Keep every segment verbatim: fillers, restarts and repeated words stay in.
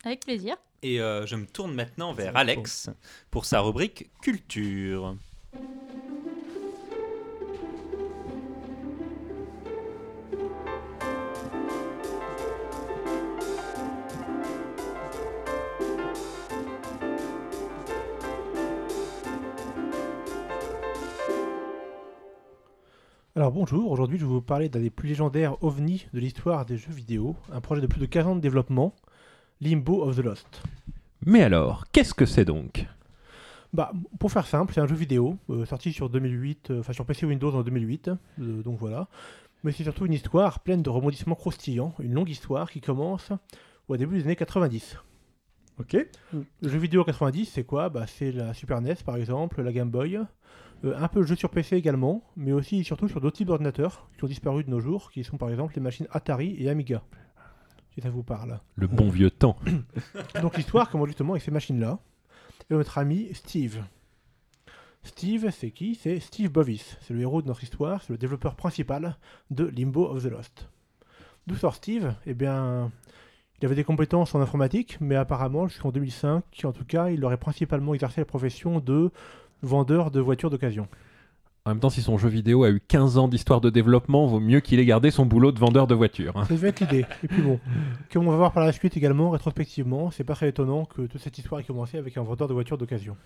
Avec plaisir. Et euh, je me tourne maintenant vers Alex pour sa rubrique culture. Alors bonjour, aujourd'hui je vais vous parler d'un des plus légendaires ovnis de l'histoire des jeux vidéo, un projet de plus de quinze ans de développement, Limbo of the Lost. Mais alors, qu'est-ce que c'est donc ? Bah, pour faire simple, c'est un jeu vidéo euh, sorti sur deux mille huit, euh, enfin sur P C Windows en deux mille huit, euh, donc voilà. Mais c'est surtout une histoire pleine de rebondissements croustillants, une longue histoire qui commence au début des années quatre-vingt-dix. Ok. Le jeu vidéo en quatre-vingt-dix, c'est quoi ? Bah, c'est la Super N E S par exemple, la Game Boy, euh, un peu le jeu sur P C également, mais aussi et surtout sur d'autres types d'ordinateurs qui ont disparu de nos jours, qui sont par exemple les machines Atari et Amiga. Si ça vous parle. Le bon vieux temps. Donc l'histoire commence justement avec ces machines-là, et notre ami Steve. Steve, c'est qui ? C'est Steve Bovis, c'est le héros de notre histoire, c'est le développeur principal de Limbo of the Lost. D'où sort Steve ? Eh bien, il avait des compétences en informatique, mais apparemment, jusqu'en deux mille cinq, en tout cas, il aurait principalement exercé la profession de vendeur de voitures d'occasion. En même temps, si son jeu vidéo a eu quinze ans d'histoire de développement, vaut mieux qu'il ait gardé son boulot de vendeur de voitures. Hein. Ça devait être l'idée. Et puis bon, comme on va voir par la suite également, rétrospectivement, c'est pas très étonnant que toute cette histoire ait commencé avec un vendeur de voitures d'occasion.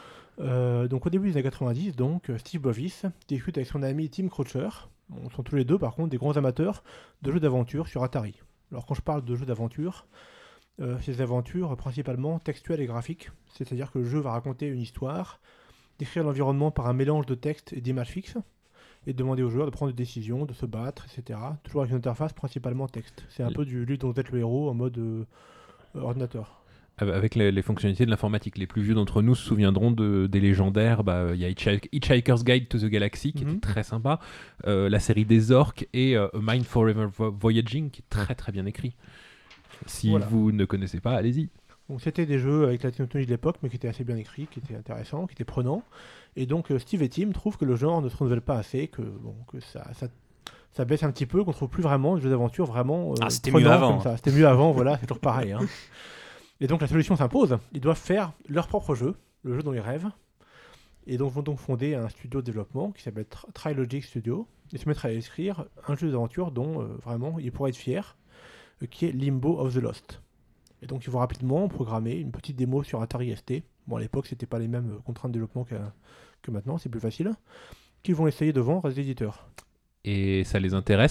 Euh, donc au début des années quatre-vingt-dix, donc, Steve Bovis discute avec son ami Tim Croucher. Ils sont tous les deux par contre des grands amateurs de jeux d'aventure sur Atari. Alors quand je parle de jeux d'aventure, euh, c'est des aventures principalement textuelles et graphiques, c'est-à-dire que le jeu va raconter une histoire, décrire l'environnement par un mélange de texte et d'images fixes, et demander aux joueurs de prendre des décisions, de se battre, et cetera. Toujours avec une interface principalement texte. C'est un peu du lui dont vous êtes le héros en mode euh, ordinateur. Avec les, les fonctionnalités de l'informatique. Les plus vieux d'entre nous se souviendront de, des légendaires. Bah, il y a Hitchhik- Hitchhiker's Guide to the Galaxy qui Mhm. était très sympa, euh, la série des orques et euh, A Mind Forever Vo- Voyaging qui est très très bien écrit. Si Voilà. vous ne connaissez pas, allez-y. Donc c'était des jeux avec la technologie de l'époque, mais qui étaient assez bien écrits, qui étaient intéressants, qui étaient prenants. Et donc euh, Steve et Tim trouvent que le genre ne se renouvelle pas assez, que, bon, que ça, ça, ça baisse un petit peu, qu'on trouve plus vraiment des jeux d'aventure vraiment euh, Ah, c'était prenants mieux avant, comme ça. C'était mieux avant, voilà, c'est toujours pareil. Hein. Et donc la solution s'impose. Ils doivent faire leur propre jeu, le jeu dont ils rêvent. Et donc vont donc fonder un studio de développement qui s'appelle Tri- Trilogic Studio et se mettre à écrire un jeu d'aventure dont euh, vraiment ils pourraient être fiers, euh, qui est Limbo of the Lost. Et donc ils vont rapidement programmer une petite démo sur Atari S T. Bon, à l'époque, c'était pas les mêmes euh, contraintes de développement que, que maintenant, c'est plus facile. Qu'ils vont essayer de vendre à des éditeurs. Et ça les intéresse ?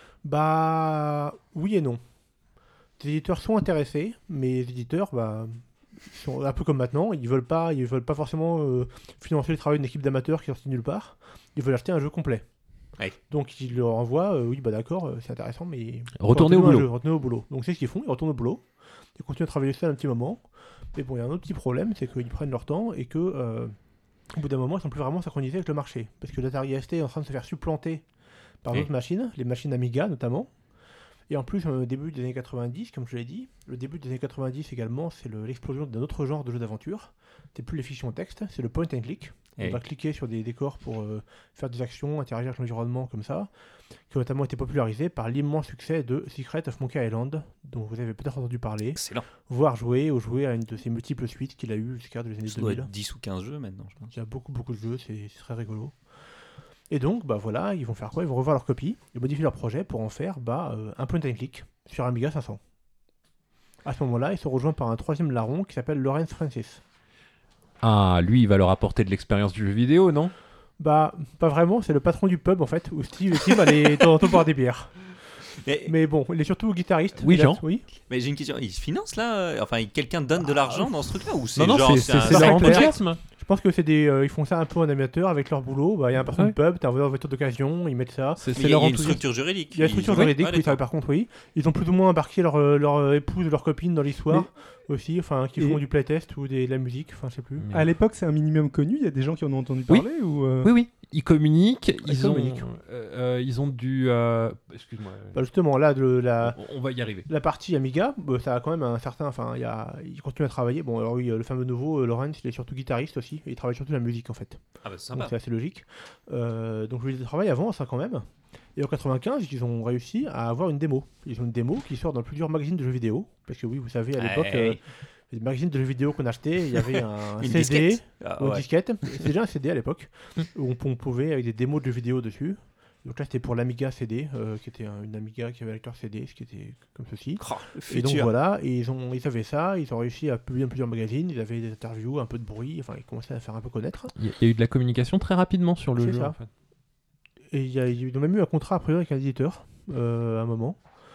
Bah, oui et non. Les éditeurs sont intéressés, mais les éditeurs, bah, sont un peu comme maintenant, ils veulent pas, ils veulent pas forcément euh, financer le travail d'une équipe d'amateurs qui est sortie nulle part. Ils veulent acheter un jeu complet. Ouais. Donc ils leur envoient, euh, oui, bah d'accord, euh, c'est intéressant, mais Retournez au Retournez boulot. jeu, retournez au boulot. Donc c'est ce qu'ils font, ils retournent au boulot. Ils continuent à travailler seul un petit moment. Mais bon, il y a un autre petit problème, c'est qu'ils prennent leur temps et que euh, au bout d'un moment, ils sont plus vraiment synchronisés avec le marché. Parce que l'Atari S T est en train de se faire supplanter par Oui. d'autres machines, les machines Amiga notamment. Et en plus, au début des années quatre-vingt-dix, comme je l'ai dit, le début des années quatre-vingt-dix également, c'est le- l'explosion d'un autre genre de jeu d'aventure. C'est plus les fictions texte, c'est le point and click. On Oui. va cliquer sur des décors pour euh, faire des actions, interagir avec l'environnement comme ça, qui a notamment été popularisé par l'immense succès de Secret of Monkey Island, dont vous avez peut-être entendu parler, Excellent. voire jouer ou jouer à une de ses multiples suites qu'il a eues jusqu'à les années Ça doit deux mille. être dix ou quinze jeux maintenant, je pense. Il y a beaucoup beaucoup de jeux, c'est c'est très rigolo. Et donc, bah voilà, ils vont faire quoi ? Ils vont revoir leur copie et modifier leur projet pour en faire bah, euh, un point and click sur Amiga cinq cents. À ce moment-là, ils sont rejoints par un troisième larron qui s'appelle Lawrence Francis. Ah, lui, il va leur apporter de l'expérience du jeu vidéo, non ? Bah, pas vraiment, c'est le patron du pub en fait, où Steve et Tim allaient de temps en temps boire des bières. Mais, Mais bon, il est surtout guitariste. Oui, Il a- Jean. Oui. mais j'ai une question. Ils se financent là euh, Enfin, quelqu'un donne de l'argent dans ce truc-là ou c'est Non, non, genre c'est, c'est, un- c'est ça leur règle clair. enthousiasme. Je pense que c'est des, euh, ils font ça un peu en amateur avec leur boulot. Bah, il y a un patron Ouais. de pub, t'as un vendeur de voiture d'occasion, ils mettent ça. C'est, Mais c'est il y a, leur il y a une enthousiasme. structure juridique. Il y a une structure Ils- juridique, Ouais, oui, ça, d'accord. par contre, oui. Ils ont plus ou moins embarqué leur, euh, leur euh, épouse, leur copine dans l'histoire aussi, enfin, qui Et- font du playtest ou des- de la musique, enfin, je sais plus. Mais- À l'époque, c'est un minimum connu. Il y a des gens qui en ont entendu Oui. parler ou euh, Oui, oui, ils communiquent, ils ont, communiquent. euh, euh, ils ont du... euh, Excuse-moi, Bah, justement, là, de la, on, on va y arriver. la partie Amiga, bah, ça a quand même un certain, enfin, il y a, il continue à travailler. Bon, alors oui, euh, le fameux nouveau, euh, Lawrence, il est surtout guitariste aussi, et il travaille surtout la musique en fait. Ah bah c'est Donc sympa. c'est assez logique. Euh, donc je lui ai travaillé avant ça quand même. Et en quatre-vingt-quinze, ils ont réussi à avoir une démo. Ils ont une démo qui sort dans plusieurs magazines de jeux vidéo. Parce que oui, vous savez, à l'époque, Ouais. euh, les magazines de jeux vidéo qu'on achetait, il y avait un Une C D disquette. Ah, ou une ouais. disquette. C'était déjà un C D à l'époque, où on, on pouvait, avec des démos de jeux vidéo dessus. Donc là, c'était pour l'Amiga C D, euh, qui était un- une Amiga qui avait un lecteur C D, ce qui était comme ceci. Oh, le Et donc futur. voilà, et ils, ont, ils avaient ça, ils ont réussi à publier dans plusieurs magazines, ils avaient des interviews, un peu de bruit, enfin ils commençaient à faire un peu connaître. Il y, a- il y a eu de la communication très rapidement sur le C'est jeu. ça. En fait. Et il y a- ils ont même eu un contrat a priori avec un éditeur euh, à un moment.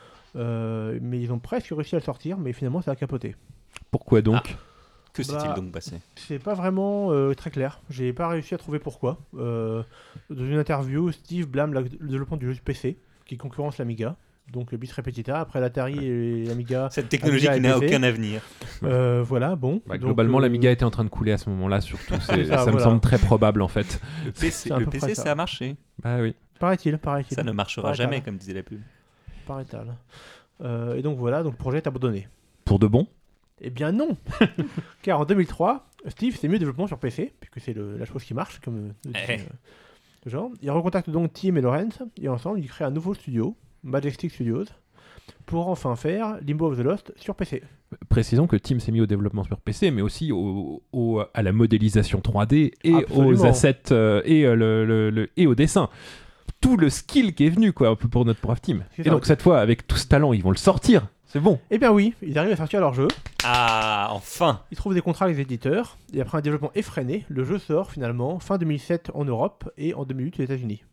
Euh, mais ils ont presque réussi à le sortir, mais finalement ça a capoté. Pourquoi donc Que s'est-il Bah, donc passé? C'est pas vraiment euh, très clair. J'ai pas réussi à trouver pourquoi. Euh, dans une interview, Steve blâme la- le développement du jeu P C qui concurrence l'Amiga. Donc le bis repetita, après l'Atari et l'Amiga. Cette technologie Amiga qui n'a et P C. aucun avenir. Euh, voilà, bon. Bah, Donc, Globalement, euh, l'Amiga était en train de couler à ce moment-là, surtout. C'est- C'est ça, ça me voilà. semble très probable en fait. Le P C, c'est à le peu P C près ça. ça. a marché. Bah oui. Paraît-il, paraît-il. Ça ne marchera Paraît-il. jamais, comme disait la pub. Paraît-il. Euh, et donc voilà, donc le projet est abandonné. Pour de bon. Eh bien non Car en deux mille trois, Steve s'est mis au développement sur P C, puisque c'est le- la chose qui marche, comme euh, le dit, Eh. euh, le genre. Il recontacte donc Tim et Lawrence, et ensemble ils créent un nouveau studio, Majestic Studios, pour enfin faire Limbo of the Lost sur P C. Précisons que Tim s'est mis au développement sur P C, mais aussi au, au- à la modélisation trois D et Absolument. aux assets euh, et, euh, le, le- le- et au dessin. Tout le skill qui est venu quoi, un peu pour notre brave Tim. C'est Et ça. donc cette fois, avec tout ce talent, ils vont le sortir. C'est bon. Eh bien oui, ils arrivent à sortir leur jeu, Ah, enfin. ils trouvent des contrats avec les éditeurs, et après un développement effréné, le jeu sort finalement fin deux mille sept en Europe et en deux mille huit aux États-Unis.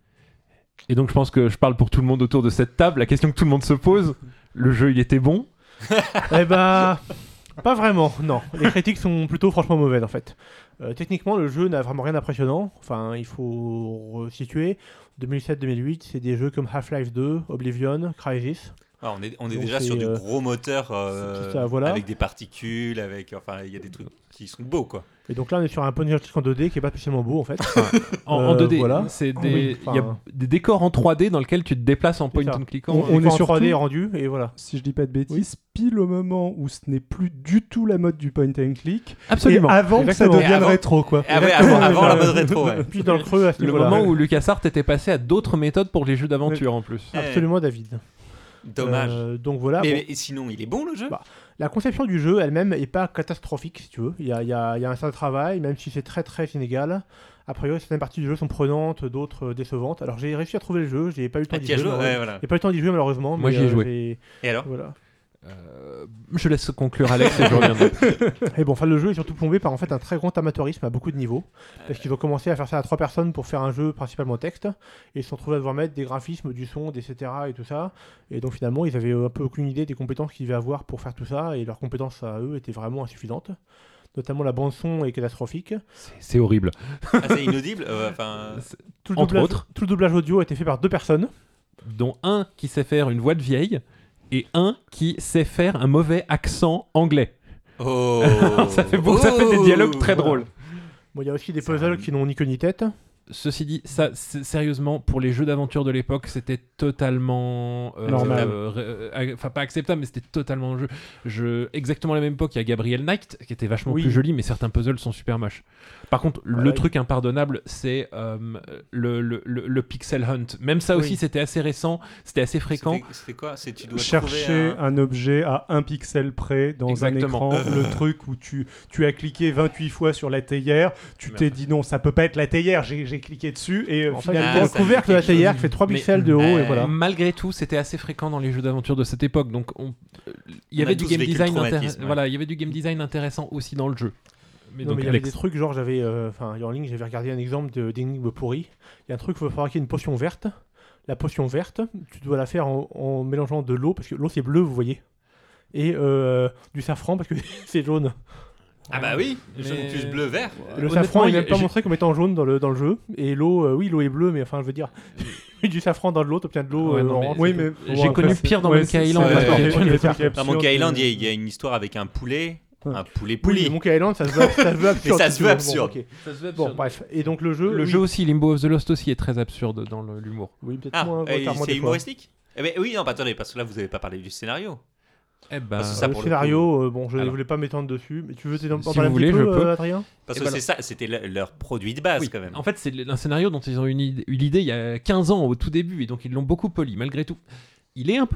Et donc je pense que je parle pour tout le monde autour de cette table. La question que tout le monde se pose, le jeu il était bon. Eh bah, pas vraiment, non. Les critiques sont plutôt franchement mauvaises en fait. Euh, techniquement, le jeu n'a vraiment rien d'impressionnant. Enfin, il faut resituer. deux mille sept deux mille huit, c'est des jeux comme Half-Life deux, Oblivion, Crysis. Ah, on est, on est Donc déjà c'est, sur du euh, gros moteur euh, c'est ça, voilà. avec des particules, avec enfin il y a des trucs qui sont beaux quoi. Et donc là, on est sur un point de vue en deux D qui est pas spécialement beau en fait. En, en Euh, deux D, voilà. c'est Oui, des, il y a enfin- des décors en trois D dans lesquels tu te déplaces en point ça. and clickant. On- On, est est sur en trois D tout. rendu et voilà. Si je dis pas de bêtises, pile au moment où ce n'est plus du tout la mode du point and click, Absolument. et avant que ça Exactement. devienne Et avant- rétro, quoi. Ah ouais, avant, avant la mode rétro. Ouais. Puis dans le creux à ce Le niveau-là. moment où LucasArts était passé à d'autres méthodes pour les jeux d'aventure en plus. Absolument, David. Dommage. Euh, donc voilà. mais, bon. mais sinon, il est bon le jeu. Bah, La conception du jeu elle-même est pas catastrophique, si tu veux. Il y a, il y a- il y a un certain travail, même si c'est très très inégal. A priori, certaines parties du jeu sont prenantes, d'autres euh, décevantes. Alors j'ai réussi à trouver le jeu, j'ai pas eu le temps Ah, d'y t'y as jouer. joué malheureusement. Ouais, voilà. J'ai pas eu le temps d'y jouer malheureusement. Moi, mais, j'y ai euh, joué. j'ai- Et alors Voilà. Euh, je laisse conclure Alex et je reviendrai. Et bon, enfin, le jeu est surtout plombé par en fait un très grand amateurisme à beaucoup de niveaux. Parce qu'ils ont commencé à faire ça à trois personnes pour faire un jeu principalement texte. Et ils se sont retrouvés à devoir mettre des graphismes, du son, des et cetera et tout ça. Et donc finalement, ils avaient euh, un peu aucune idée des compétences qu'ils devaient avoir pour faire tout ça. Et leurs compétences à eux étaient vraiment insuffisantes. Notamment la bande-son est catastrophique. C'est- C'est horrible. Ah, c'est inaudible. euh, Enfin, Tout le, Entre doublage, autres. tout le doublage audio a été fait par deux personnes. Dont un qui sait faire une voix de vieille et un qui sait faire un mauvais accent anglais. oh. ça, fait beaucoup, ça fait des dialogues très Voilà. drôles. Bon, il y a aussi des C'est puzzles un- qui n'ont ni queue ni tête. Ceci dit, ça, c'est- sérieusement, pour les jeux d'aventure de l'époque, c'était totalement euh, Normal. euh, euh, Enfin, pas acceptable, mais c'était totalement le jeu. Je, exactement à la même époque, il y a Gabriel Knight qui était vachement Oui. plus joli, mais certains puzzles sont super moches. Par contre, le Voilà, truc impardonnable, c'est euh, le, le, le, le pixel hunt. Même ça aussi, Oui. c'était assez récent, c'était assez fréquent. C'était- C'était quoi C'est tu dois Chercher trouver un... un... objet à un pixel près dans Exactement. un écran, le truc où tu, tu as cliqué vingt-huit fois sur la théière, tu Mais t'es dit non, ça peut pas être la théière, j'ai j'ai cliqué dessus et euh, En fait, il y finalement. a Ah, le ça couvercle de la dit quelque théière chose. qui fait trois Mais- pixels de haut Euh, et voilà. Malgré tout, c'était assez fréquent dans les jeux d'aventure de cette époque, donc on- euh, il y On a avait du tous game vécu le design intér- traumatisme, ouais. voilà, il y avait du game design intéressant aussi dans le jeu. Mais Non, donc mais il y avait Alex, des trucs, genre j'avais, euh, enfin en ligne, j'avais regardé un exemple de- d'énigme pourrie. Il y a un truc, il faut fabriquer une potion verte. La potion verte, tu dois la faire en, en mélangeant de l'eau, parce que l'eau c'est bleu, vous voyez, et euh, du safran parce que c'est jaune. Ah bah oui, jaune Mais- plus bleu vert. Le Honnêtement, safran est il y a- même pas j'ai- montré comme étant jaune dans le, dans le jeu. Et l'eau, euh, oui, l'eau est bleue, mais enfin, je veux dire, du safran dans de l'eau, t'obtiens de l'eau Ouais, euh, non, mais- orange. Oui, c'est mais tout. J'ai bon, connu après, c'est- pire dans ouais, Monkey c'est- Island, c'est- parce c'est- qu'il y a c'est- des c'est- trucs c'est Dans Monkey absurde, Island, il y, a- euh, il y a une histoire avec un poulet. Ouais. Un poulet Oui, poulet. mais Monkey Island, ça se veut, ça se veut absurde. ça si se tu veut veux. absurde. Bon, ok. Bon, bref. Et donc le jeu. Le oui. jeu aussi, Limbo of the Lost aussi est très absurde dans le- l'humour. Oui, peut-être Ah, moins et volontairement c'est des fois. humoristique eh ben, Oui, non, bah, attendez, parce que là, vous avez pas parlé du scénario. Eh ben, Parce que ça, le pour le scénario, euh, bon, je ne Alors. voulais pas m'étendre dessus, mais tu veux t'en Si parler vous un voulez, petit peu, je peux. euh, Adrien Parce Et que voilà. c'est ça, c'était le- leur produit de base Oui. quand même. En fait, c'est un scénario dont ils ont une idée- eu l'idée il y a quinze ans au tout début, et donc ils l'ont beaucoup poli, malgré tout. Il est un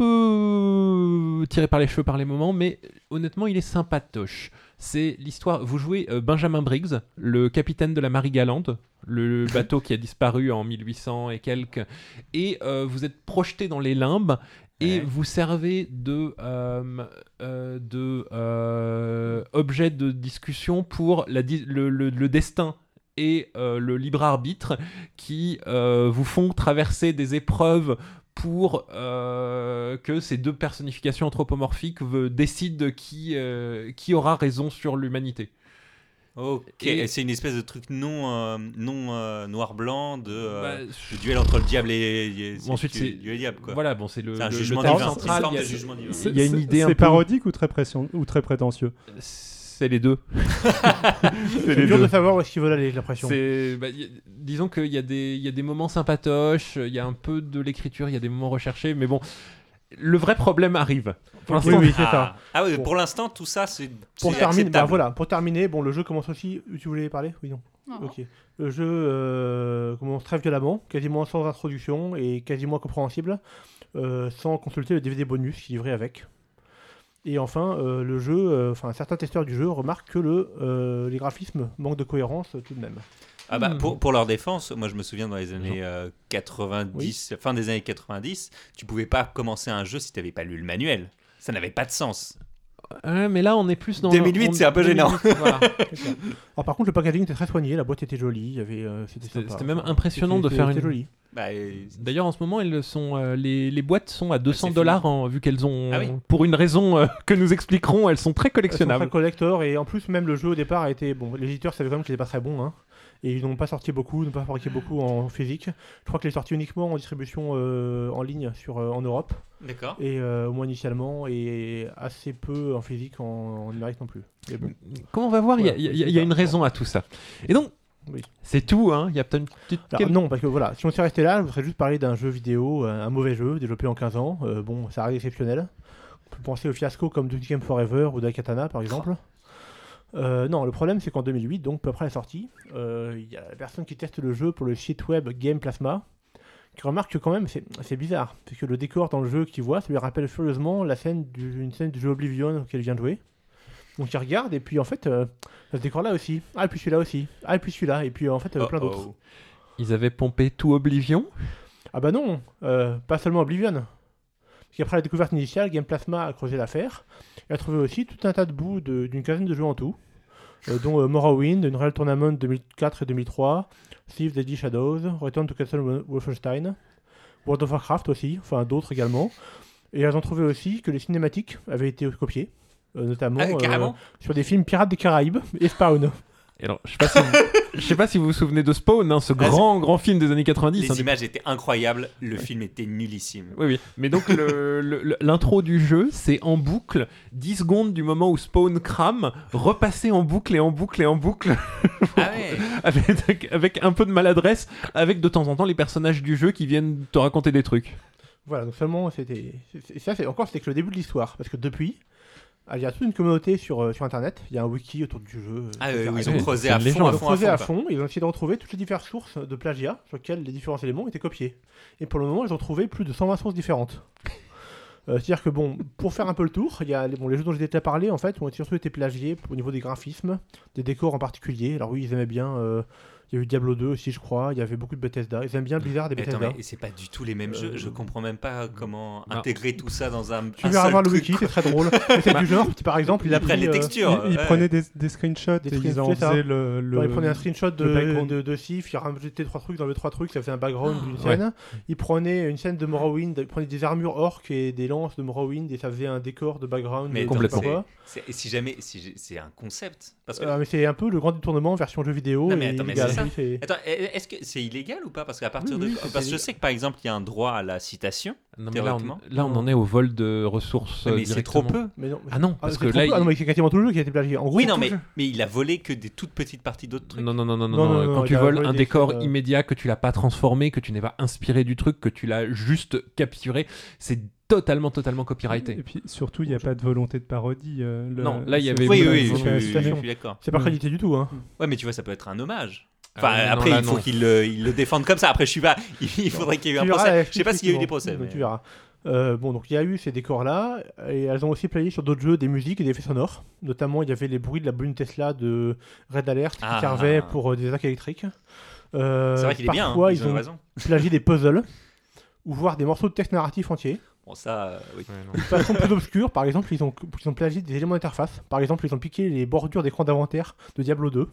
peu tiré par les cheveux par les moments, mais honnêtement, il est sympatoche. C'est l'histoire. Vous jouez euh, Benjamin Briggs, le capitaine de la Marie-Galante, le bateau qui a disparu en mille huit cents et quelques, et euh, vous êtes projeté dans les limbes. Et Ouais. vous servez de, euh, euh, de euh, objet de discussion pour la di- le, le- le destin et euh, le libre arbitre qui euh, vous font traverser des épreuves pour euh, que ces deux personnifications anthropomorphiques v- décident qui, euh, qui aura raison sur l'humanité. Ok, Et- et c'est une espèce de truc non, euh, non euh, noir-blanc de, euh, Bah, de duel entre le diable et, et- Bon, ensuite, du- c'est- du diable quoi. Voilà, bon, c'est le, C'est un le- le jugement thème divin, central. une forme Il y a- de jugement divin. il y a une idée un C'est peu- parodique ou très, pression- ou très prétentieux? C'est les deux. C'est dur de savoir où est-ce qu'ils veulent aller, j'ai l'impression. C'est, bah, y- disons qu'il y a des, il y a des moments sympatoches, il y a un peu de l'écriture, il y a des moments recherchés, mais bon, le vrai problème arrive. Pour Oui, l'instant, oui, c'est ah. ça. Ah oui, Bon. pour l'instant tout ça c'est Pour c'est terminer, acceptable. bah voilà, pour terminer, bon, le jeu commence aussi. Tu voulais parler? Oui, non. Non. Ok. Le jeu euh, commence très violemment, quasiment sans introduction et quasiment incompréhensible, euh, sans consulter le D V D bonus qui livrait avec. Et enfin, euh, le jeu, euh, enfin certains testeurs du jeu remarquent que le, euh, les graphismes manquent de cohérence euh, tout de même. Ah bah, Hmm. pour, pour leur défense, moi je me souviens dans les années euh, quatre-vingt-dix, fin des années quatre-vingt-dix, tu pouvais pas commencer un jeu si tu n'avais pas lu le manuel. Ça n'avait pas de sens. Ouais, mais là, on est plus dans deux mille huit, on- c'est un peu deux mille huit, gênant. voilà. Alors par contre, le packaging était très soigné, la boîte était jolie, il y avait, euh, c'était C'était- sympa. c'était même Enfin, impressionnant de c'était- faire c'était une- joli. Bah, et- D'ailleurs, en ce moment, elles sont, euh, les, les boîtes sont à deux cents c'est dollars, en- vu qu'elles ont, Ah oui. pour une raison euh, que nous expliquerons, elles sont très Elles sont collectionnables. très collector et en plus même le jeu au départ a été bon. Les éditeurs savaient quand même qu'il n'était pas très bon hein, et ils n'ont pas sorti beaucoup, ils n'ont pas fabriqué beaucoup en physique. Je crois qu'il est sorti uniquement en distribution euh, en ligne sur euh, en Europe D'accord. et euh, au moins initialement et assez peu en physique en, en numérique non plus. Mais bon. Comme on va voir, il y a- Voilà, il y, a- c'est il y a ça. une raison à tout ça. Et donc, Oui. c'est tout, hein. Il y a peut-être une petite... Alors, quel- non, parce que voilà, si on s'est resté là, je voudrais juste parler d'un jeu vidéo, un, un mauvais jeu développé en quinze ans. Euh, bon, ça arrive exceptionnel. On peut penser au fiasco comme Duty Game Forever ou Daikatana par exemple. Euh, non, le problème c'est qu'en deux mille huit, donc peu après la sortie, euh, il y a la personne qui teste le jeu pour le site web Game Plasma qui remarque que quand même c'est c'est bizarre, parce que le décor dans le jeu qu'il voit, ça lui rappelle furieusement la scène du, une scène du jeu Oblivion auquel il vient de jouer. Donc il regarde et puis en fait, euh, ce décor là aussi, ah et puis celui-là aussi, ah et puis celui-là, et puis euh, en fait euh, Oh, plein oh. d'autres. Ils avaient pompé tout Oblivion. Ah bah non, euh, pas seulement Oblivion. Parce qu'après la découverte initiale, Game Plasma a creusé l'affaire et a trouvé aussi tout un tas de bouts de- d'une quinzaine de jeux en tout, euh, dont euh, Morrowind, Unreal Tournament deux mille quatre et deux mille trois, Thieves Deadly Shadows, Return to Castle Wo- Wolfenstein, World of Warcraft aussi, enfin d'autres également. Et elles ont trouvé aussi que les cinématiques avaient été copiées, euh, notamment Ah, euh, carrément. sur des films Pirates des Caraïbes et Spawn. Et alors, je sais pas si vous, je sais pas si vous vous souvenez de Spawn, hein, ce Ah, grand, grand film des années quatre-vingt-dix. Les hein, des- images étaient incroyables, le film était nullissime. Oui, oui. Mais donc, le- le- le- l'intro du jeu, c'est en boucle, dix secondes du moment où Spawn crame, repassé en boucle et en boucle et en boucle, Ah ouais. avec, avec un peu de maladresse, avec de temps en temps les personnages du jeu qui viennent te raconter des trucs. Voilà, donc seulement c'était. c'est- c'est- Ça, c'est encore, c'était que le début de l'histoire. Parce que depuis, ah, il y a toute une communauté sur, euh, sur internet, il y a un wiki autour du jeu. euh, Ah, et cetera. euh, où ils Et ont donc, creusé c'est à une fond, légende. à ils ont fond, à creusé à fond. fond, ils ont essayé de retrouver toutes les diverses sources de plagiat sur lesquelles les différents éléments étaient copiés. Et pour le moment, ils ont trouvé plus de cent vingt sources différentes. Euh, C'est-à-dire que, bon, pour faire un peu le tour, il y a les, bon, les jeux dont j'ai déjà parlé, en fait, ont surtout été plagiés au niveau des graphismes, des décors en particulier. Alors oui, ils aimaient bien. euh, Il y a eu Diablo deux aussi, je crois. Il y avait beaucoup de Bethesda. Ils aiment bien Blizzard et Mais attends, Bethesda. mais c'est pas du tout les mêmes Euh, jeux. Je comprends même pas comment non. intégrer tout ça dans un. Tu un verras seul voir le truc, wiki, quoi. c'est très drôle. Mais c'est du genre, par exemple, il a Ils prennent pris, les euh, textures. Ils, ils ouais. prenaient des, des screenshots Des et ils en screenshots, ça. faisaient le, le, Ouais, il prenait un screenshot de, le background. de, de Sif, il rajoutait trois trucs dans les trois trucs, ça faisait un background d'une ouais. scène. Il prenait une scène de Morrowind, il prenait des armures orques et des lances de Morrowind et ça faisait un décor de background. Mais de complètement. je sais pas quoi. C'est- et si jamais, si j'ai- c'est un concept. Parce que Euh, mais c'est un peu le grand détournement version jeu vidéo Non, mais et attends, mais illégal. c'est ça, Attends, oui, c'est- attends, est-ce que c'est illégal ou pas? Parce qu'à partir Oui, de oui, parce c'est que je illégal. sais que par exemple il y a un droit à la citation. Non, mais là, on, Théoriquement. là, on en est au vol de ressources. mais euh, c'est trop directement. peu. Mais non, Ah non, parce c'est que trop là, peu. Ah il- non, mais c'est quasiment tout le jeu qui a été plagié. En gros, Oui, non, tout mais, le jeu- mais il a volé que des toutes petites parties d'autres trucs. Non, non, non, non, non, Non, non, non, non, Quand il tu a voles volé un des décor scènes, euh, immédiat, que tu l'as pas transformé, que tu n'es pas inspiré du truc, que tu l'as juste capturé, c'est totalement, totalement copyrighté. Et puis surtout, il n'y a pas de volonté de parodie. euh, le- Non, là, il y c'est- avait- Oui, Oui, oui, c'est je, pas la je- je citation. suis d'accord. c'est pas Ouais. crédité du tout. Hein. Ouais, mais tu vois, ça peut être un hommage. Ah Enfin, ouais, non, après, là, il faut non. qu'il le, il le défende comme ça. Après, je suis pas. Il faudrait qu'il y ait eu un Tu verras, procès. euh, Je sais pas s'il y a eu des effectivement. procès. Donc, mais- Tu verras. Euh, bon, donc il y a eu ces décors-là, et elles ont aussi plagié sur d'autres jeux des musiques et des effets sonores. Notamment, il y avait les bruits de la bonne Tesla de Red Alert qui Ah. servait pour euh, des attaques électriques. Euh, C'est vrai qu'il est bien. Parfois, Hein, ils ont ont raison. plagié des puzzles ou voire des morceaux de texte narratif entiers. Bon, ça, euh, oui. Ouais, non. De façon plus obscure, par exemple, ils ont, ils ont plagié des éléments d'interface. Par exemple, ils ont piqué les bordures d'écran d'inventaire de Diablo deux.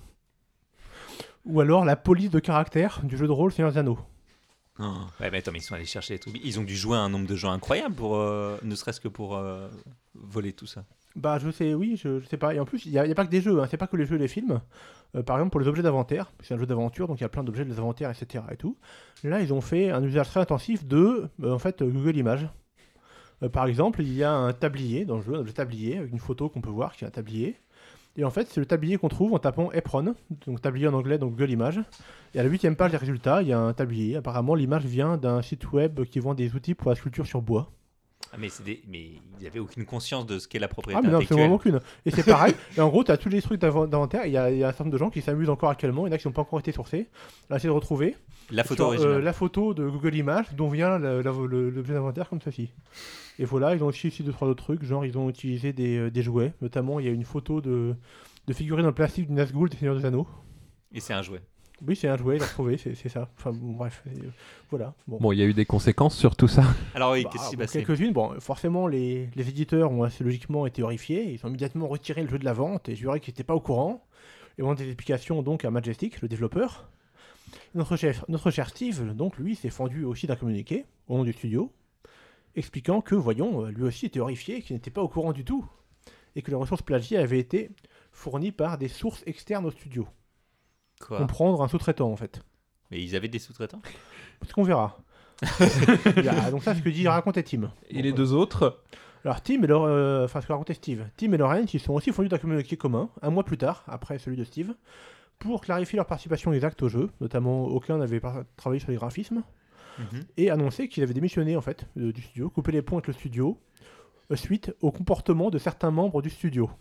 Ou alors la police de caractère du jeu de rôle Seigneur des Anneaux. Oh. Ouais, mais attends, mais ils sont allés chercher les trucs. Ils ont dû jouer un nombre de gens incroyable pour, euh, ne serait-ce que pour euh, voler tout ça. Bah, je sais, oui, je, je sais pas. Et en plus, il n'y a, il y a pas que des jeux, hein, c'est pas que les jeux et les films. Euh, par exemple, pour les objets d'inventaire, c'est un jeu d'aventure, donc il y a plein d'objets des inventaires, et cetera. Et tout. Là, ils ont fait un usage très intensif de, euh, en fait, euh, Google Images. Euh, par exemple, il y a un tablier dans le jeu, un objet tablier, avec une photo qu'on peut voir, qui est un tablier. Et en fait, c'est le tablier qu'on trouve en tapant Apron, donc tablier en anglais, donc Google Images. Et à la huitième page des résultats, il y a un tablier. Apparemment, l'image vient d'un site web qui vend des outils pour la sculpture sur bois. Ah, mais, c'est des... mais ils n'avaient aucune conscience de ce qu'est la Ah, propriété mais non, c'est intellectuelle. vraiment aucune. Et c'est pareil. Et en gros, tu as tous les trucs d'inv- d'inventaire. Il y, a il y a un certain nombre de gens qui s'amusent encore actuellement. Il y en a qui n'ont pas encore été sourcés. Là, essayer de retrouver La photo sur, euh, originale. la photo de Google Images dont vient la- la- le- l'objet d'inventaire comme ceci. Et voilà, ils ont aussi aussi deux, trois autres trucs. Genre, ils ont utilisé des, euh, des jouets. Notamment, il y a une photo de, de figurine en plastique du Nazgûl des Seigneurs des Anneaux. Et c'est un jouet. Oui, c'est un jouet, il a retrouvé, c'est c'est ça. Enfin, bon, bref, et, euh, voilà. Bon. Bon, il y a eu des conséquences sur tout ça. Alors oui, Bah, qu'est-ce qui s'est bon, passé? quelques-unes. Bon, forcément, les, les éditeurs ont assez logiquement été horrifiés. Ils ont immédiatement retiré le jeu de la vente et juré qu'ils n'étaient pas au courant. Et ont des explications donc à Majestic, le développeur. Notre, chef, notre cher Steve, donc lui, s'est fendu aussi d'un communiqué au nom du studio, expliquant que, voyons, lui aussi était horrifié, qu'il n'était pas au courant du tout, et que les ressources plagiées avaient été fournies par des sources externes au studio. Quoi? Comprendre un sous-traitant en fait. Mais ils avaient des sous-traitants? Ce qu'on verra. Il y a- donc ça, c'est ce que dit racontait Tim. Et Bon, les euh, deux autres Alors Tim et Laure- euh, enfin ce que racontait Steve, Tim et Laurence, ils sont aussi fondus d'un communiqué commun, un mois plus tard, après celui de Steve, pour clarifier leur participation exacte au jeu, notamment aucun n'avait par- travaillé sur les graphismes, Mhm. et annoncer qu'ils avaient démissionné en fait euh, du studio, coupé les ponts avec le studio, euh, suite au comportement de certains membres du studio.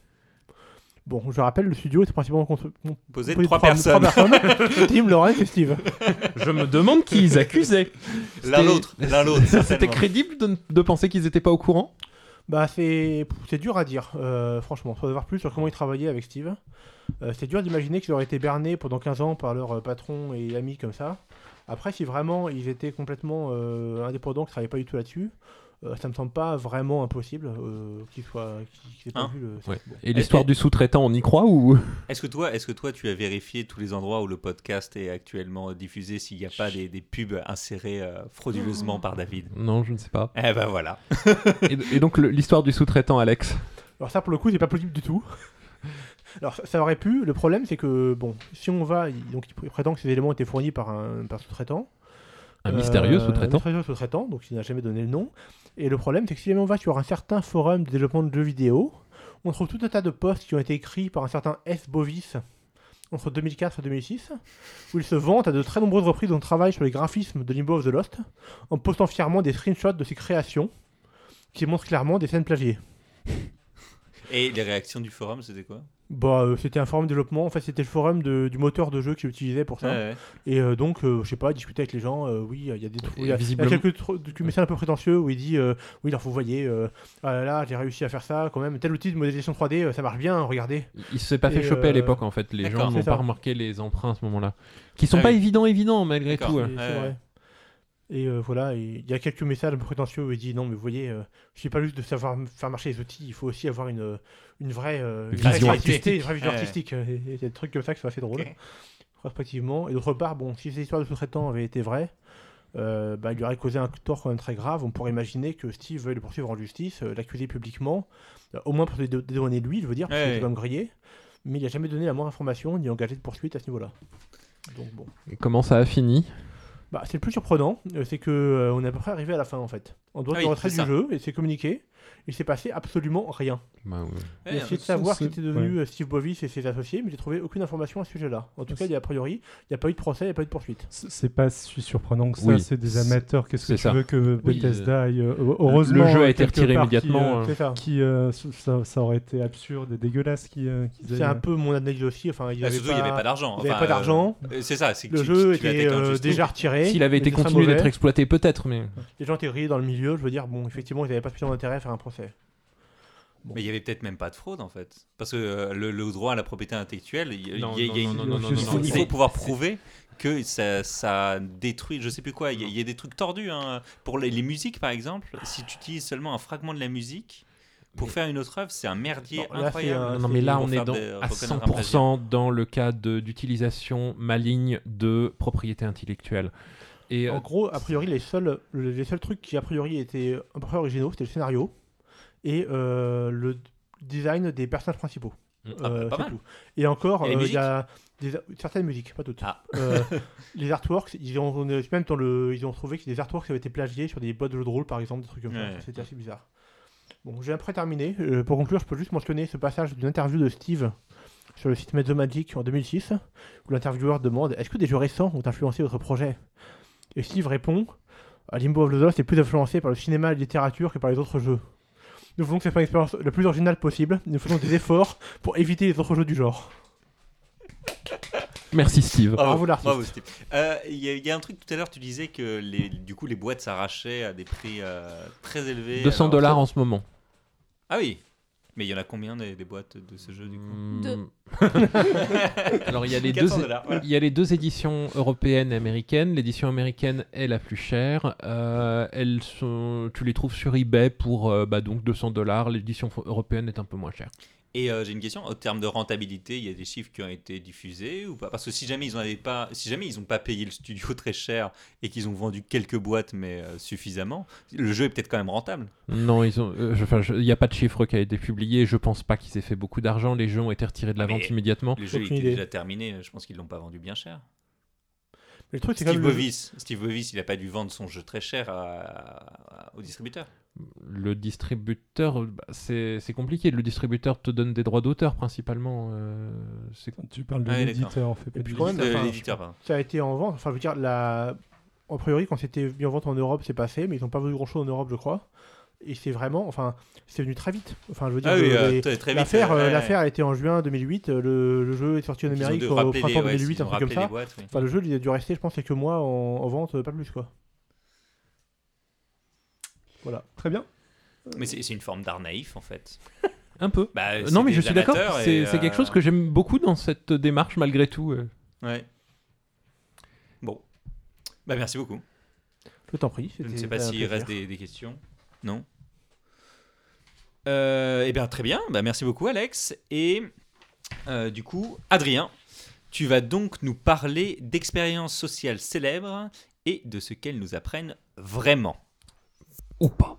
Bon, je rappelle, le studio était principalement constru- Posé de composé trois personnes. trois personnes, Tim, Laurence et Steve. Je me demande qui ils accusaient. L'un C'était- l'autre, l'un l'autre. C'était certainement. crédible de, de penser qu'ils n'étaient pas au courant? Bah c'est c'est dur à dire, euh, franchement. Il faut savoir plus sur comment ils travaillaient avec Steve. Euh, c'est dur d'imaginer qu'ils auraient été bernés pendant quinze ans par leur euh, patron et amis comme ça. Après, si vraiment ils étaient complètement euh, indépendants, qu'ils ne travaillaient pas du tout là-dessus, euh, ça me semble pas vraiment impossible euh, qu'ils soient qu'ils qu'ils aient pas Hein vu le... Ouais. bon. Et l'histoire du sous-traitant, on y croit ou Est-ce que toi, est-ce que toi, tu as vérifié tous les endroits où le podcast est actuellement diffusé s'il n'y a pas des, des pubs insérées euh, frauduleusement par David? Non, je ne sais pas. Eh ben voilà. Et, et donc le- l'histoire du sous-traitant, Alex. Alors ça, pour le coup, c'est pas possible du tout. Alors ça, ça aurait pu. Le problème, c'est que bon, si on va, il, donc il prétend que ces éléments étaient fournis par un par sous-traitant. Un mystérieux Euh, sous-traitant. Un mystérieux sous-traitant, donc il n'a jamais donné le nom. Et le problème, c'est que si jamais on va sur un certain forum de développement de jeux vidéo, on trouve tout un tas de posts qui ont été écrits par un certain S. Bovis entre deux mille quatre et deux mille six, où il se vante à de très nombreuses reprises de son travail sur les graphismes de Limbo of the Lost, en postant fièrement des screenshots de ses créations, qui montrent clairement des scènes plagiées. Et les réactions du forum, c'était quoi? Bah, euh, c'était un forum de développement, en fait c'était le forum de- du moteur de jeu qu'il utilisait pour ça. Ouais, ouais. Et euh, donc, euh, je sais pas, discuter avec les gens, euh, oui, il y a des trous, il y a, il y a visiblement- quelques tro- quelques messages un peu prétentieux où il dit, euh, oui, alors vous voyez, euh, ah là là, j'ai réussi à faire ça quand même, tel outil de modélisation trois D, euh, ça marche bien, regardez. Il se s'est pas fait Et, choper à euh, l'époque en fait. Les d'accord, gens n'ont c'est pas ça. remarqué les emprunts à ce moment-là. Qui sont Ah pas oui. évidents, évidents malgré D'accord. tout. Et hein. c'est ouais. vrai. Et euh, voilà, et il y a quelques messages un peu prétentieux où il dit, non, mais vous voyez, euh, je suis pas juste de savoir m- faire marcher les outils, il faut aussi avoir une, une vraie, euh, une vraie Vision créativité, artistique. une vraie vision Ouais. artistique. Et Il y a des trucs comme ça qui sont assez drôles. Ok. Respectivement. Et d'autre part, bon, si ces histoires de sous-traitants avaient été vraies, euh, bah, il lui aurait causé un tort quand même très grave. On pourrait imaginer que Steve veuille le poursuivre en justice, euh, l'accuser publiquement, euh, au moins pour se dé- dédouaner de lui, je veux dire, parce Ouais, qu'il ouais. était quand même grillé. Mais il n'a jamais donné la moindre information ni engagé de poursuite à ce niveau-là. Donc bon. Et comment ça a fini ? Bah, c'est le plus surprenant, euh, c'est que euh, on est à peu près arrivé à la fin en fait. On doit Ah se oui, retrait c'est du ça. jeu et c'est communiqué. Il s'est passé absolument rien. Bah, ouais. J'ai Ouais, essayé de ça, savoir ce c'est- qu'était devenu euh, Steve Bovis et ses associés, mais j'ai trouvé aucune information à ce sujet-là. En tout cas, il y a a priori, il n'y a pas eu de procès, il n'y a pas eu de poursuite. C'est c'est pas si surprenant que ça, Oui, c'est des c'est- amateurs. Qu'est-ce que c'est tu ça. veux que Oui, Bethesda aille euh, heureusement. le jeu a euh, été quelque retiré part qui, immédiatement. euh, euh, C'est ça. Qui, euh, ça, ça aurait été absurde et dégueulasse qu'ils euh, qu'ils C'est aient- un peu mon analyse aussi. Enfin, il Ah, avait surtout, il n'y avait pas d'argent. il y avait Enfin, pas d'argent. euh, c'est ça, c'est que Le tu- jeu tu- tu était attaques un euh, juste déjà truc. retiré. S'il avait été mais très continué d'être mauvais. exploité, peut-être, mais. Les gens étaient grillés dans le milieu. Je veux dire, bon, effectivement, ils n'avaient pas spécialement intérêt à faire un procès. Mais il y avait peut-être même pas de fraude en fait. Parce que euh, le, le droit à la propriété intellectuelle, il, y a- Non, il y a- il y a non, une- non, non, non, il non, faut- non, il c'est- faut pouvoir c'est- prouver que ça, ça détruit, je sais plus quoi. Il y, a- il y a des trucs tordus. Hein. Pour les, les musiques par exemple, si tu utilises seulement un fragment de la musique pour Mais- faire une autre œuvre, c'est un merdier Non, là, incroyable. c'est un- Non, mais là, Pour on est faire dans, des- à reconnaître cent un pour cent plagiat. dans le cas de- d'utilisation maligne de propriété intellectuelle. Et euh, En gros, a priori, les seuls, les seuls trucs qui a priori étaient un peu près originaux, c'était le scénario et euh, le design des personnages principaux. Mm. Ah, bah, Euh, pas c'est mal. tout. Et encore, Et les euh, il y a des, certaines musiques, pas toutes. Ah. Euh, les artworks, ils ont on est- même dans le, ils ont trouvé que des artworks avaient été plagiés sur des boîtes de jeux de rôle, par exemple, des trucs comme Ouais. ça. C'était assez bizarre. Bon, j'ai un peu terminé. Euh, pour conclure, je peux juste mentionner ce passage d'une interview de Steve sur le site Mezzo Magic en deux mille six, où l'intervieweur demande: est-ce que des jeux récents ont influencé votre projet? Et Steve répond: Limbo of the Lost est plus influencé par le cinéma et la littérature que par les autres jeux. Nous voulons que ce soit une expérience la plus originale possible. Nous faisons des efforts pour éviter les autres jeux du genre. merci Steve. Bravo, l'artiste. bravo, Steve. Euh, Il y, a- il y a un truc tout à l'heure, tu disais que les, du coup les boîtes s'arrachaient à des prix euh, très élevés. deux cents Alors, dollars ça- en ce moment. Ah oui. Mais il y en a combien des, des boîtes de ce jeu du coup Hmm. Deux. Alors il y a les deux. quatre cents dollars, voilà. Il y a les deux éditions européennes et américaines. L'édition américaine est la plus chère. Euh, elles sont, tu les trouves sur eBay pour euh, bah, donc deux cents dollars. L'édition f- européenne est un peu moins chère. Et euh, j'ai une question, en termes de rentabilité, il y a des chiffres qui ont été diffusés ou pas? Parce que si jamais ils n'ont pas, si jamais ils ont pas payé le studio très cher et qu'ils ont vendu quelques boîtes mais euh, suffisamment, le jeu est peut-être quand même rentable. Non, ils ont. euh, je- Enfin, je- il n'y a pas de chiffre qui a été publié. Je pense pas qu'ils aient fait beaucoup d'argent. Les jeux ont été retirés de la Ah, mais- vente immédiatement. Le jeu Aucune était idée. déjà terminé, je pense qu'ils l'ont pas vendu bien cher. Mais le truc, c'est quand Steve même. le- Bovis, Steve Bovis, il a pas dû vendre son jeu très cher à- à- au distributeur. Le distributeur, bah, c'est c'est compliqué. Le distributeur te donne des droits d'auteur principalement. euh, c'est- Tu parles de Ah oui, l'éditeur, en fait. Et puis pas quand du- même, Euh, enfin, L'éditeur, pardon. Ça a été en vente. Enfin, je veux dire, la... a priori, quand c'était mis en vente en Europe, c'est passé, mais ils n'ont pas vendu grand-chose en Europe, je crois. Et c'est vraiment. Enfin, c'est venu très vite. Enfin, je veux dire, Ah oui, le- euh, les- très très vite. l'affaire, euh, euh, ouais. l'affaire a été en juin deux mille huit. euh, Le, le jeu est sorti en Ils ont Amérique dû au rappeler printemps les- ouais, deux mille huit, ils un ont truc comme rappelé les ça. boîtes, oui. Enfin, le jeu, il a dû rester, je pense, quelques mois en, en vente, euh, pas plus, quoi. Voilà. Très bien. Mais c'est c'est une forme d'art naïf en fait. Un peu. Bah, Euh, c'est non, mais des je suis d'accord. amateurs C'est et, c'est quelque euh, chose que j'aime beaucoup dans cette démarche, malgré tout. euh. Ouais. Bon. Bah merci beaucoup. Je t'en prie. Je ne c'était sais pas un s'il plaisir. reste des, des questions. Non. Euh, eh bien très bien. Bah merci beaucoup Alex. Et euh, du coup, Adrien, tu vas donc nous parler d'expériences sociales célèbres et de ce qu'elles nous apprennent vraiment. Ou pas.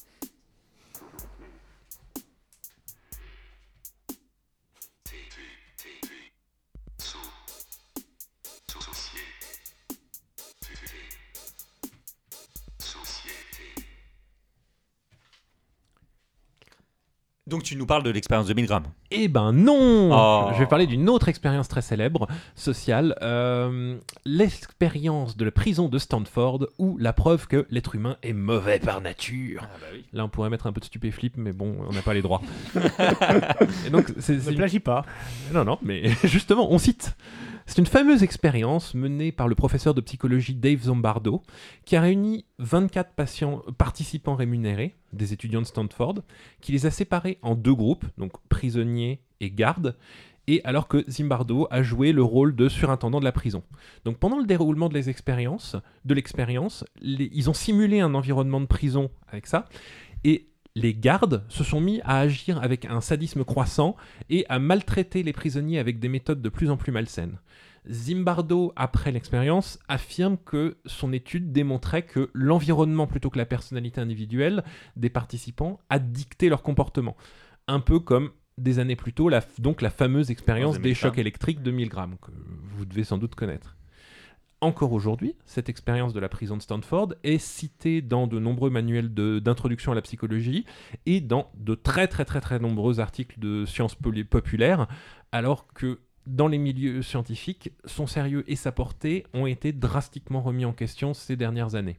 Donc tu nous parles de l'expérience de Milgram. Eh ben non Oh. Je vais parler d'une autre expérience très célèbre, sociale, euh, l'expérience de la prison de Stanford, ou la preuve que l'être humain est mauvais par nature. Ah bah oui. Là, on pourrait mettre un peu de stupéflip, mais bon, on n'a pas les droits. Et donc, c'est, c'est Ne une- plagie pas. Non, non, mais justement, on cite. C'est une fameuse expérience menée par le professeur de psychologie Dave Zimbardo, qui a réuni vingt-quatre patients, participants rémunérés, des étudiants de Stanford, qui les a séparés en deux groupes, donc prisonniers et gardes, et alors que Zimbardo a joué le rôle de surintendant de la prison. Donc pendant le déroulement de, les expériences, de l'expérience, les- ils ont simulé un environnement de prison avec ça, et les gardes se sont mis à agir avec un sadisme croissant et à maltraiter les prisonniers avec des méthodes de plus en plus malsaines. Zimbardo, après l'expérience, affirme que son étude démontrait que l'environnement plutôt que la personnalité individuelle des participants a dicté leur comportement. Un peu comme des années plus tôt, la, donc la fameuse expérience Dans des Milgram. chocs électriques de Milgram, que vous devez sans doute connaître. Encore aujourd'hui, cette expérience de la prison de Stanford est citée dans de nombreux manuels de, d'introduction à la psychologie et dans de très très très très nombreux articles de sciences poli- populaires, alors que dans les milieux scientifiques, son sérieux et sa portée ont été drastiquement remis en question ces dernières années.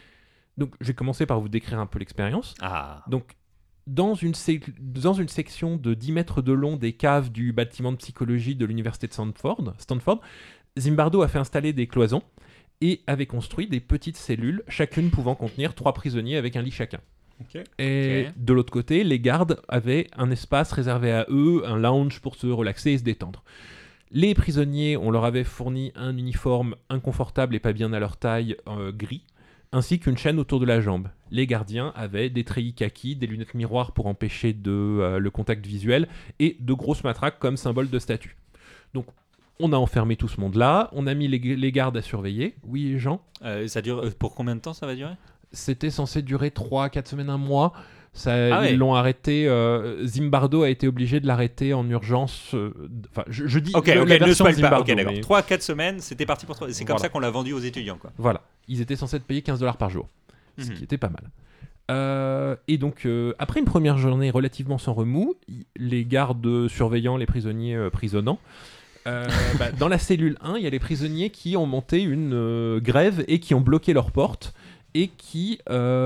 Donc, je vais commencer par vous décrire un peu l'expérience. Ah. Donc, dans une, sec- dans une section de dix mètres de long des caves du bâtiment de psychologie de l'université de Stanford, Stanford, Zimbardo a fait installer des cloisons et avait construit des petites cellules, chacune pouvant contenir trois prisonniers avec un lit chacun. Ok. Et Ok. de l'autre côté, les gardes avaient un espace réservé à eux, un lounge pour se relaxer et se détendre. Les prisonniers, on leur avait fourni un uniforme inconfortable et pas bien à leur taille, euh, gris, ainsi qu'une chaîne autour de la jambe. Les gardiens avaient des treillis kaki, des lunettes miroirs pour empêcher de, euh, le contact visuel et de grosses matraques comme symbole de statut. Donc, on a enfermé tout ce monde-là, on a mis les, les gardes à surveiller. Oui, Jean ? Euh, ça dure, euh, pour combien de temps ça va durer? C'était censé durer trois quatre semaines, un mois. Ça, Ah ouais. Ils l'ont arrêté. euh, Zimbardo a été obligé de l'arrêter en urgence. euh, Enfin, je, je dis Ok, le- ok, la ne version de spoil pas. Zimbardo, Ok, d'accord. mais trois à quatre semaines, c'était parti pour trois. C'est comme Voilà. ça qu'on l'a vendu aux étudiants, quoi. Voilà, ils étaient censés être payés quinze dollars par jour, ce Mhm. qui était pas mal. Euh, et donc, euh, après une première journée relativement sans remous, y- les gardes surveillant les prisonniers euh, prisonnants, euh, bah, dans la cellule un, il y a les prisonniers qui ont monté une euh, grève et qui ont bloqué leurs portes et qui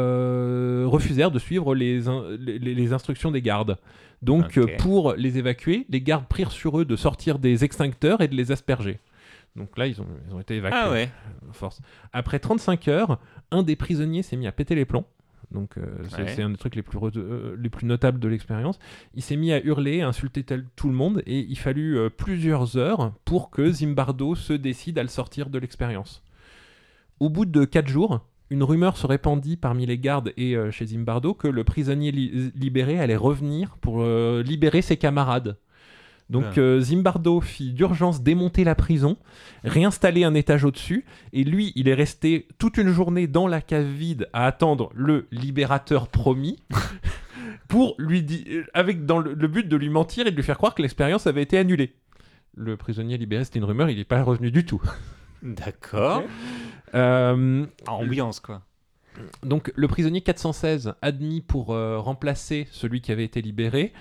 euh, refusèrent de suivre les, in- les, les instructions des gardes. Donc, Ok. euh, pour les évacuer, les gardes prirent sur eux de sortir des extincteurs et de les asperger. Donc là, ils ont, ils ont été évacués. Ah ouais. euh, Force. Après trente-cinq heures, un des prisonniers s'est mis à péter les plombs. Donc euh, c'est, Ouais. c'est un des trucs les plus, re- euh, les plus notables de l'expérience. Il s'est mis à hurler, à insulter tel- tout le monde, et il fallut euh, plusieurs heures pour que Zimbardo se décide à le sortir de l'expérience. Au bout de quatre jours, une rumeur se répandit parmi les gardes et euh, chez Zimbardo que le prisonnier li- libéré allait revenir pour euh, libérer ses camarades. Donc Ah. euh, Zimbardo fit d'urgence démonter la prison, réinstaller un étage au-dessus, et lui, il est resté toute une journée dans la cave vide à attendre le libérateur promis, pour lui di- euh, avec dans le, le but de lui mentir et de lui faire croire que l'expérience avait été annulée. Le prisonnier libéré, c'était une rumeur, il n'est pas revenu du tout. D'accord. Ok. Euh, Ambiance, quoi. donc le prisonnier quatre cent seize, admis pour euh, remplacer celui qui avait été libéré,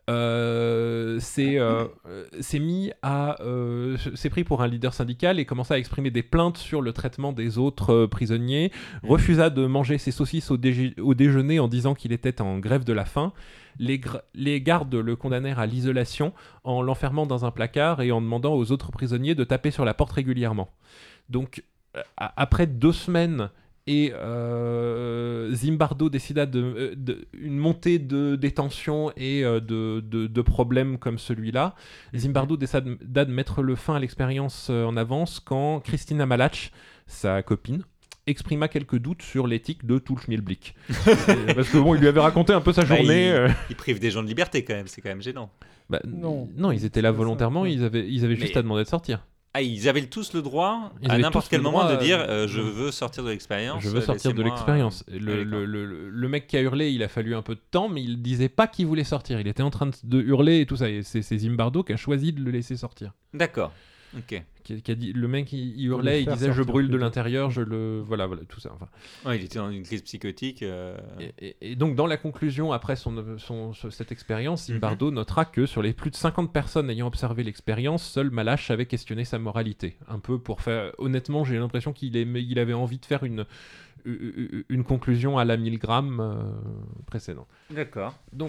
euh, s'est, euh, euh, s'est mis à euh, s'est pris pour un leader syndical et commença à exprimer des plaintes sur le traitement des autres euh, prisonniers, refusa de manger ses saucisses au, déj- au déjeuner en disant qu'il était en grève de la faim. Les, gra- les gardes le condamnèrent à l'isolation en l'enfermant dans un placard et en demandant aux autres prisonniers de taper sur la porte régulièrement. Donc euh, a- après deux semaines et euh, Zimbardo décida de, euh, de- une montée de détention et euh, de, de, de problèmes comme celui-là. Zimbardo décida de, de mettre le fin à l'expérience euh, en avance quand Christina Malach, sa copine, exprima quelques doutes sur l'éthique de tout le schmilblick. Euh, Parce que bon, il lui avait raconté un peu sa Bah, journée. il- euh, Ils privent des gens de liberté, quand même. C'est quand même gênant. bah, Non. non, ils étaient là C'est pas ça, volontairement, ouais. ils avaient, ils avaient juste Mais- à demander de sortir. Ah, ils avaient tous le droit, Ils à avaient n'importe tous quel le moment, droit, de dire euh, euh, je veux sortir de l'expérience. Je veux euh, sortir de laissez-moi, l'expérience. euh, Le, ouais, le, d'accord. le- le mec qui a hurlé, il a fallu un peu de temps, mais il disait pas qu'il voulait sortir. Il était en train de, de hurler et tout ça. Et c'est, c'est Zimbardo qui a choisi de le laisser sortir. D'accord. Ok. Qui, qui a dit, le mec, il, il le hurlait, il faire disait je sortir brûle de plutôt. l'intérieur, je le. Voilà, voilà, tout ça. Enfin. Ouais, il était dans une crise psychotique. euh, Et, et- et donc, dans la conclusion, après son, son- son- cette expérience, Mhm. Zimbardo notera que sur les plus de cinquante personnes ayant observé l'expérience, seul Malach avait questionné sa moralité. Un peu pour faire. Honnêtement, j'ai l'impression qu'il aimait- il avait envie de faire une, une, une conclusion à la Milgram euh, précédente. D'accord. Donc,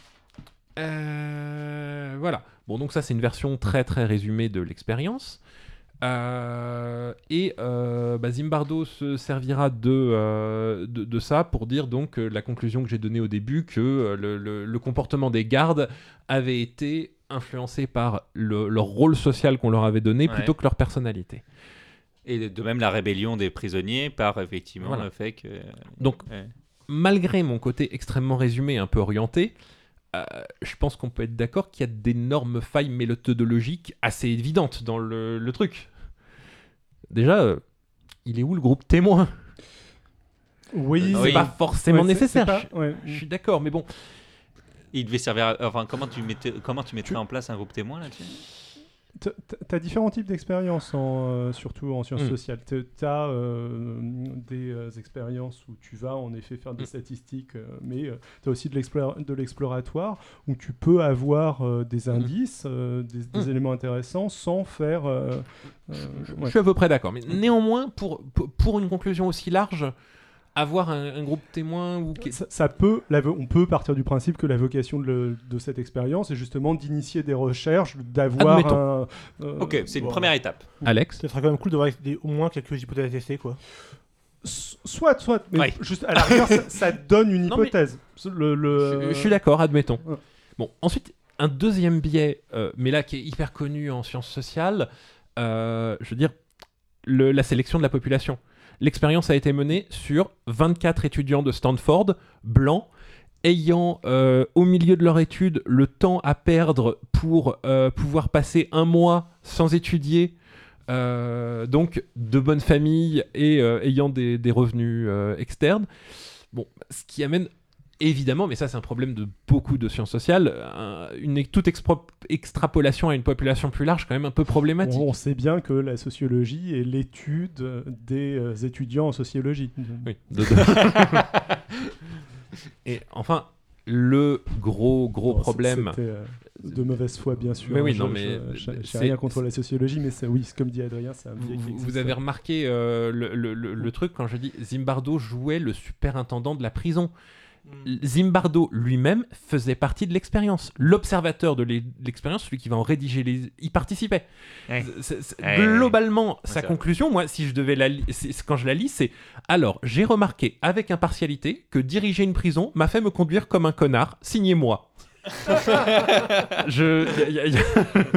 euh, voilà. Bon, donc ça, c'est une version très très résumée de l'expérience. Euh, et euh, bah, Zimbardo se servira de, euh, de, de ça pour dire donc euh, la conclusion que j'ai donnée au début, que euh, le, le- le comportement des gardes avait été influencé par le- leur rôle social qu'on leur avait donné Ouais. plutôt que leur personnalité. Et de même la rébellion des prisonniers par effectivement Voilà. le fait que. Donc, Ouais. malgré mon côté extrêmement résumé, un peu orienté, euh, je pense qu'on peut être d'accord qu'il y a d'énormes failles méthodologiques assez évidentes dans le, le truc. Déjà, euh, il est où le groupe témoin? Oui, C'est Oui. pas forcément Ouais, c'est- nécessaire. c'est pas- ouais. Je, je suis d'accord, mais bon. Il devait servir. À... Enfin, comment tu mettais, comment tu mettrais en place un groupe témoin là-dessus? Tu as différents types d'expériences, en, euh, surtout en sciences Mm. sociales. Tu as euh, des euh, expériences où tu vas en effet faire des Mm. statistiques, euh, mais euh, tu as aussi de, l'explora- de l'exploratoire où tu peux avoir euh, des indices, euh, des, des Mm. éléments intéressants sans faire... euh, euh, Je ouais. suis à peu près d'accord. Mais néanmoins, pour, pour- pour une conclusion aussi large, avoir un, un groupe témoin ou... Ça, ça peut, la vo- on peut partir du principe que la vocation de, le- de cette expérience est justement d'initier des recherches, d'avoir Admettons. un... euh, Ok, c'est une bon, première étape. Alex Ce serait quand même cool d'avoir des- au moins quelques hypothèses d'essai, quoi. S- Soit, soit, mais Ouais. juste à la rigueur, ça, ça donne une Non, mais- hypothèse. Le, le- je, je suis d'accord, admettons. Ouais. Bon, ensuite, un deuxième biais, euh, mais là qui est hyper connu en sciences sociales, euh, je veux dire, le- la sélection de la population. L'expérience a été menée sur vingt-quatre étudiants de Stanford, blancs, ayant euh, au milieu de leur étude le temps à perdre pour euh, pouvoir passer un mois sans étudier, euh, donc de bonnes familles et euh, ayant des, des revenus euh, externes. Bon, ce qui amène évidemment, mais ça c'est un problème de beaucoup de sciences sociales, un- une, toute expro- extrapolation à une population plus large quand même un peu problématique. on, on sait bien que la sociologie est l'étude des euh, étudiants en sociologie. Oui. De- de- Et enfin, le gros gros Bon, problème. C'était euh, de mauvaise foi, bien sûr. Mais oui, Je- non, je- mais je- J'ai c'est- rien contre la sociologie, mais c'est- oui, c'est comme dit Adrien, c'est un biais qui Vous, existe. vous avez remarqué euh, le, le- le- le truc quand je dis Zimbardo jouait le superintendant de la prison. Zimbardo lui-même faisait partie de l'expérience. L'observateur de l'e- l'expérience, celui qui va en rédiger les... il participait. Ouais. C'est- c'est- Ouais, globalement, sa c'est vrai. conclusion, moi, si je devais la li- c'est- c'est- quand je la lis, c'est alors j'ai remarqué avec impartialité que diriger une prison m'a fait me conduire comme un connard. Signez-moi. je, y a- y a- y a-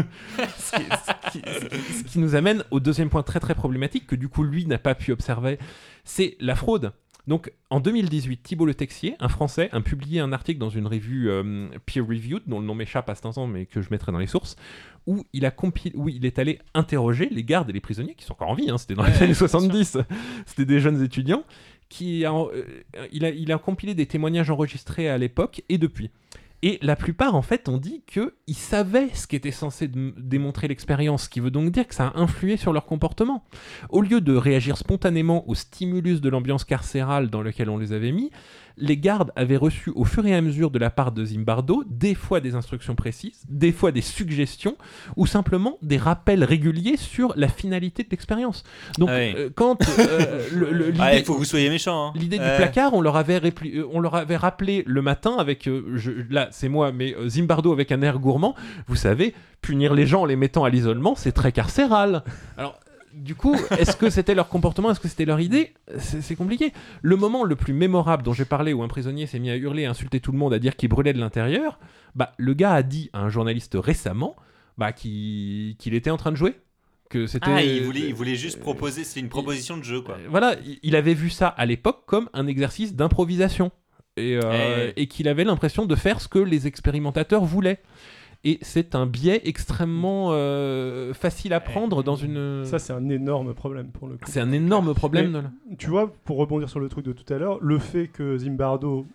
ce, qui, ce qui- ce qui nous amène au deuxième point très très problématique que du coup lui n'a pas pu observer, c'est la fraude. Donc en deux mille dix-huit, Thibault Le Texier, un Français, a publié un article dans une revue euh, peer-reviewed, dont le nom m'échappe à cet instant, mais que je mettrai dans les sources, où il, a compil- où il est allé interroger les gardes et les prisonniers, qui sont encore en vie, hein, c'était dans les Ouais, années soixante-dix, c'était des jeunes étudiants, qui a, euh, il, a, il a compilé des témoignages enregistrés à l'époque et depuis. Et la plupart, en fait, ont dit qu'ils savaient ce qu'était censé d- démontrer l'expérience, ce qui veut donc dire que ça a influé sur leur comportement. Au lieu de réagir spontanément au stimulus de l'ambiance carcérale dans lequel on les avait mis, les gardes avaient reçu au fur et à mesure de la part de Zimbardo des fois des instructions précises, des fois des suggestions, ou simplement des rappels réguliers sur la finalité de l'expérience. Donc, Ah oui. euh, quand euh, le- le- l'idée... Ah, il faut que vous soyez méchant. Hein. L'idée du Ouais. placard, on leur avait, répli- euh, on leur avait rappelé le matin avec, euh, je- là c'est moi, mais euh, Zimbardo avec un air gourmand, vous savez, punir les gens en les mettant à l'isolement, c'est très carcéral. Alors, du coup, est-ce que c'était leur comportement, est-ce que c'était leur idée? C'est c'est compliqué. Le moment le plus mémorable dont j'ai parlé, où un prisonnier s'est mis à hurler, à insulter tout le monde, à dire qu'il brûlait de l'intérieur, bah, le gars a dit à un journaliste récemment bah, qu'il qu'il était en train de jouer. Que c'était, Ah, il voulait, il voulait juste proposer, c'est une proposition de jeu, quoi. Euh, Voilà, il- il avait vu ça à l'époque comme un exercice d'improvisation. Et, euh, Eh. et qu'il avait l'impression de faire ce que les expérimentateurs voulaient. Et c'est un biais extrêmement euh, facile à prendre dans une... Ça, c'est un énorme problème pour le coup. C'est un énorme problème. Mais- de la- Tu vois, pour rebondir sur le truc de tout à l'heure, le fait que Zimbardo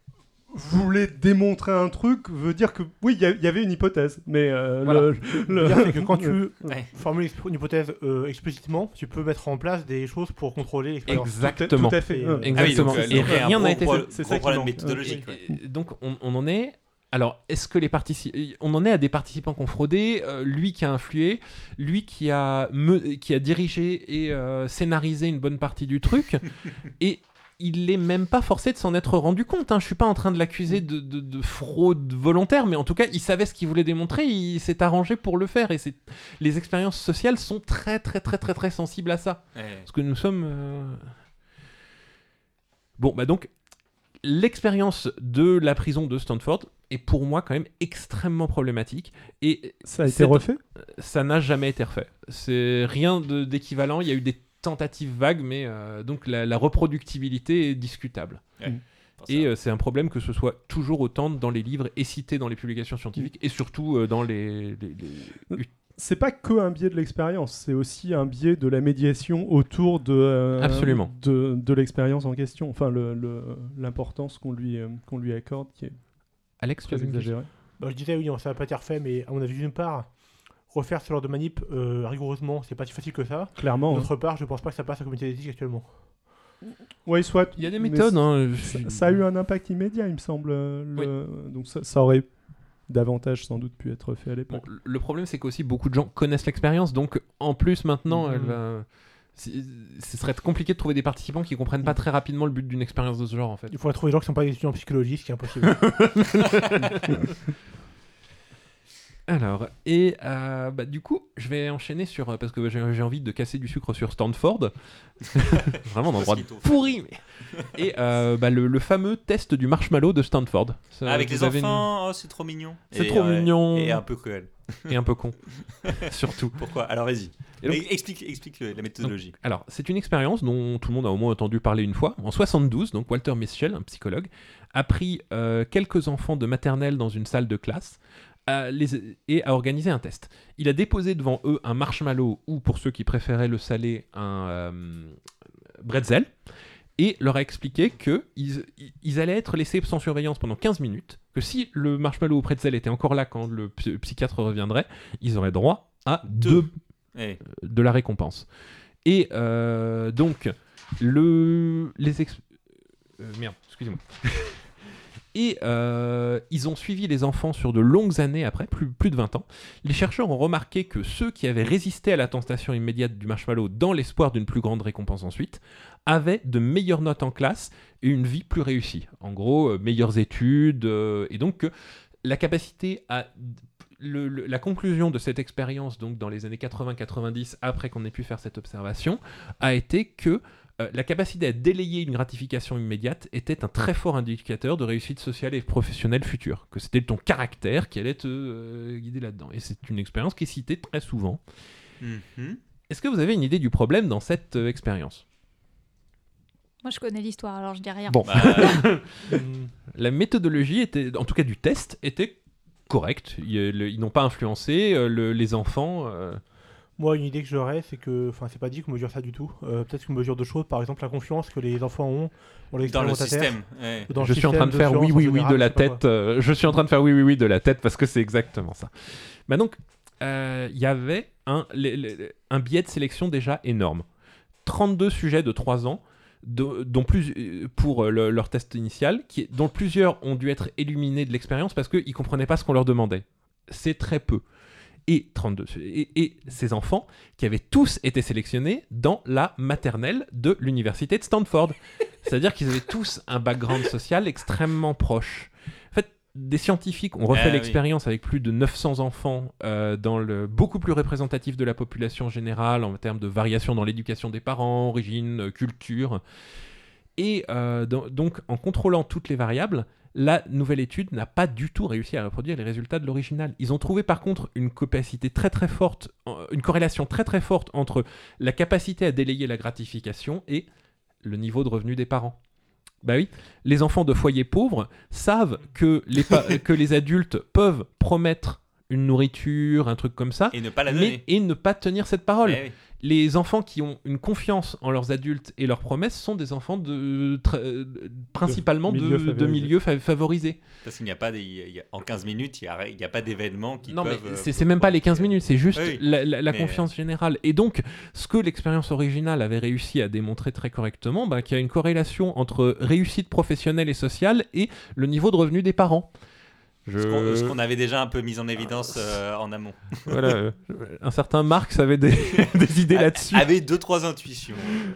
voulait démontrer un truc veut dire que oui, il y, a- il y avait une hypothèse, mais euh, Voilà. le, Le le- dire, c'est que quand tu Ouais. formules exp- une hypothèse euh, explicitement, tu peux mettre en place des choses pour contrôler l'expérience. Exactement. Tout à fait. Et, euh, euh, Exactement. Ah oui, donc, Et euh, donc, il y a un rien n'a gros été pro- fait. C'est gros ça qui problème manque. méthodologique. Et- ouais. et- donc on, on en est. Alors, est-ce que les participants, on en est à des participants qui ont fraudé, euh, lui qui a influé, lui qui a me- qui a dirigé et euh, scénarisé une bonne partie du truc, et il n'est même pas forcé de s'en être rendu compte. Hein. Je suis pas en train de l'accuser de, de- de fraude volontaire, mais en tout cas, il savait ce qu'il voulait démontrer, il s'est arrangé pour le faire, et c'est les expériences sociales sont très très très très très sensibles à ça. Ouais. Parce que nous sommes... euh, Bon, bah donc, l'expérience de la prison de Stanford est pour moi quand même extrêmement problématique. Et Ça a été c'est- refait. ça n'a jamais été refait. C'est rien de- d'équivalent. Il y a eu des tentatives vagues, mais euh, donc la, la reproductibilité est discutable. Ouais. Pour ça. Et euh, c'est un problème que ce soit toujours autant dans les livres et cité dans les publications scientifiques, et surtout euh, dans les... les- les- C'est pas que un biais de l'expérience, c'est aussi un biais de la médiation autour de euh, Absolument. de, de l'expérience en question. Enfin, le- le- l'importance qu'on lui euh, qu'on lui accorde qui est Alex, tu très avais une question exagérée. Bah, je disais oui, ça n'a pas été refait, mais à mon avis, d'une part, refaire ce genre de manip euh, rigoureusement, c'est pas si facile que ça. Clairement. D'autre part, je pense pas que ça passe à la communauté d'éthique actuellement. Oui, soit. Il y a des mais méthodes. Hein. Ça, ça a eu un impact immédiat, il me semble. Le... Donc ça, ça aurait davantage sans doute pu être fait à l'époque. Bon, le problème, c'est qu'aussi beaucoup de gens connaissent l'expérience, donc en plus maintenant, Mhm. elle va... c'est- ce serait compliqué de trouver des participants qui comprennent pas très rapidement le but d'une expérience de ce genre en fait. Il faudrait trouver des gens qui sont pas des étudiants en psychologie, ce qui est impossible. Alors, et euh, bah, du coup, je vais enchaîner sur. euh, Parce que j'ai j'ai envie de casser du sucre sur Stanford. Vraiment un endroit Parce qu'ils t'ont- pourri. Mais... Et euh, bah, le, le fameux test du marshmallow de Stanford. Ça, Ah, avec vous les avez une- enfants, oh, c'est trop mignon. C'est Et, trop ouais, mignon. Et un peu cruel. Et un peu con. Surtout. Pourquoi? Alors vas-y. Et donc- Mais explique, explique euh, la méthodologie. Alors, c'est une expérience dont tout le monde a au moins entendu parler une fois. En soixante-douze, donc Walter Mischel, un psychologue, a pris euh, quelques enfants de maternelle dans une salle de classe à les- et a organisé un test. Il a déposé devant eux un marshmallow ou, pour ceux qui préféraient le salé, un euh, bretzel et leur a expliqué qu'ils ils allaient être laissés sans surveillance pendant quinze minutes, que si le marshmallow ou bretzel était encore là quand le psy- psychiatre reviendrait, ils auraient droit à Deux. deux Eh, de la récompense. Et euh, donc, le, les ex- euh, merde, excusez-moi. Et euh, ils ont suivi les enfants sur de longues années après, plus, plus de vingt ans. Les chercheurs ont remarqué que ceux qui avaient résisté à la tentation immédiate du marshmallow dans l'espoir d'une plus grande récompense ensuite, avaient de meilleures notes en classe et une vie plus réussie. En gros, euh, meilleures études, euh, et donc que la capacité à... Le, le- la conclusion de cette expérience, donc dans les années quatre-vingts quatre-vingt-dix, après qu'on ait pu faire cette observation, a été que euh, la capacité à délayer une gratification immédiate était un très fort indicateur de réussite sociale et professionnelle future. Que c'était ton caractère qui allait te euh, guider là-dedans. Et c'est une expérience qui est citée très souvent. mhm. Est-ce que vous avez une idée du problème dans cette euh, expérience? Moi, je connais l'histoire, alors je dis rien. Bon, Bah, Hum, la méthodologie était, en tout cas du test, était correcte. Ils, le- ils n'ont pas influencé euh, le- les enfants. euh, Moi, une idée que j'aurais, c'est que, enfin, c'est pas dit qu'on mesure ça du tout. Euh, peut-être qu'on mesure d'autres choses, par exemple la confiance que les enfants ont dans les dans le expérimentateurs, système. ouais. ou dans le je suis en train de système faire oui, science en oui, oui général, de la je sais pas quoi. tête. euh, je suis en train de faire oui, oui, oui de la tête parce que c'est exactement ça. Bah donc, euh, il y avait un, les- les- un biais de sélection déjà énorme. trente-deux sujets de trois ans, de- dont plus, euh, pour euh, le- leur test initial, qui, dont plusieurs ont dû être éliminés de l'expérience parce qu'ils ne comprenaient pas ce qu'on leur demandait. C'est très peu. Et, trente-deux, et, et ces enfants qui avaient tous été sélectionnés dans la maternelle de l'université de Stanford. C'est-à-dire qu'ils avaient tous un background social extrêmement proche. En fait, des scientifiques ont refait Ah oui. l'expérience avec plus de neuf cents enfants, euh, dans le, beaucoup plus représentatif de la population générale en termes de variation dans l'éducation des parents, origine, euh, culture. Et euh, dans- donc, en contrôlant toutes les variables, la nouvelle étude n'a pas du tout réussi à reproduire les résultats de l'original. Ils ont trouvé par contre une capacité très très forte, euh, une corrélation très très forte entre la capacité à délayer la gratification et le niveau de revenu des parents. Bah oui, les enfants de foyers pauvres savent que les, pa- que les adultes peuvent promettre une nourriture, un truc comme ça, Et ne pas la mais, donner. et ne pas tenir cette parole. Eh oui. Les enfants qui ont une confiance en leurs adultes et leurs promesses sont des enfants de, tr- euh, principalement de, milieux de favorisés. milieux fa- favorisés. Parce qu'il n'y a pas des, il y a- il y a- en quinze minutes, il n'y a, il y a pas d'événements qui Non, mais peuvent. euh, c'est c'est même pas les quinze minutes, c'est juste Oui, oui. la, la- la Mais- confiance générale. Et donc, ce que l'expérience originale avait réussi à démontrer très correctement, bah, qu'il y a une corrélation entre réussite professionnelle et sociale et le niveau de revenu des parents. Je... Ce qu'on ce qu'on avait déjà un peu mis en évidence euh, en amont. Voilà, euh, un certain Marx avait des, des idées là-dessus. Avait deux trois intuitions.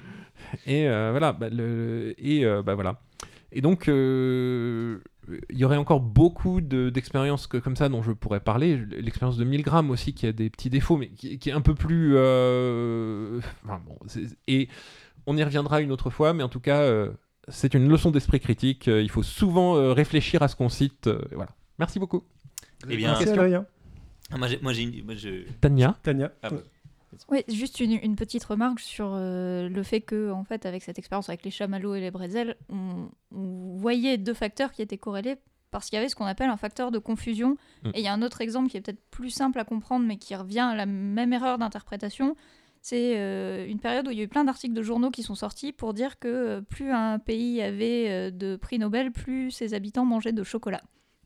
Et euh, voilà, bah, le, et euh, bah, voilà. Et donc, euh, il y aurait encore beaucoup de- d'expériences que- comme ça dont je pourrais parler. L'expérience de Milgram aussi, qui a des petits défauts, mais qui, qui est un peu plus. euh, enfin, bon, c'est- et on y reviendra une autre fois, mais en tout cas, euh, c'est une leçon d'esprit critique. Euh, Il faut souvent euh, réfléchir à ce qu'on cite. euh, voilà. Merci beaucoup. Eh bien, Merci question Adrien. Ah, moi, j'ai, moi, j'ai une- moi, je- Tania. Tania. Ah bah. Oui, juste une, une petite remarque sur euh, le fait que, en fait, avec cette expérience avec les chamallows et les bretzels, on, on voyait deux facteurs qui étaient corrélés parce qu'il y avait ce qu'on appelle un facteur de confusion. Mm. Et il y a un autre exemple qui est peut-être plus simple à comprendre, mais qui revient à la même erreur d'interprétation. C'est euh, une période où il y a eu plein d'articles de journaux qui sont sortis pour dire que euh, plus un pays avait euh, de prix Nobel, plus ses habitants mangeaient de chocolat.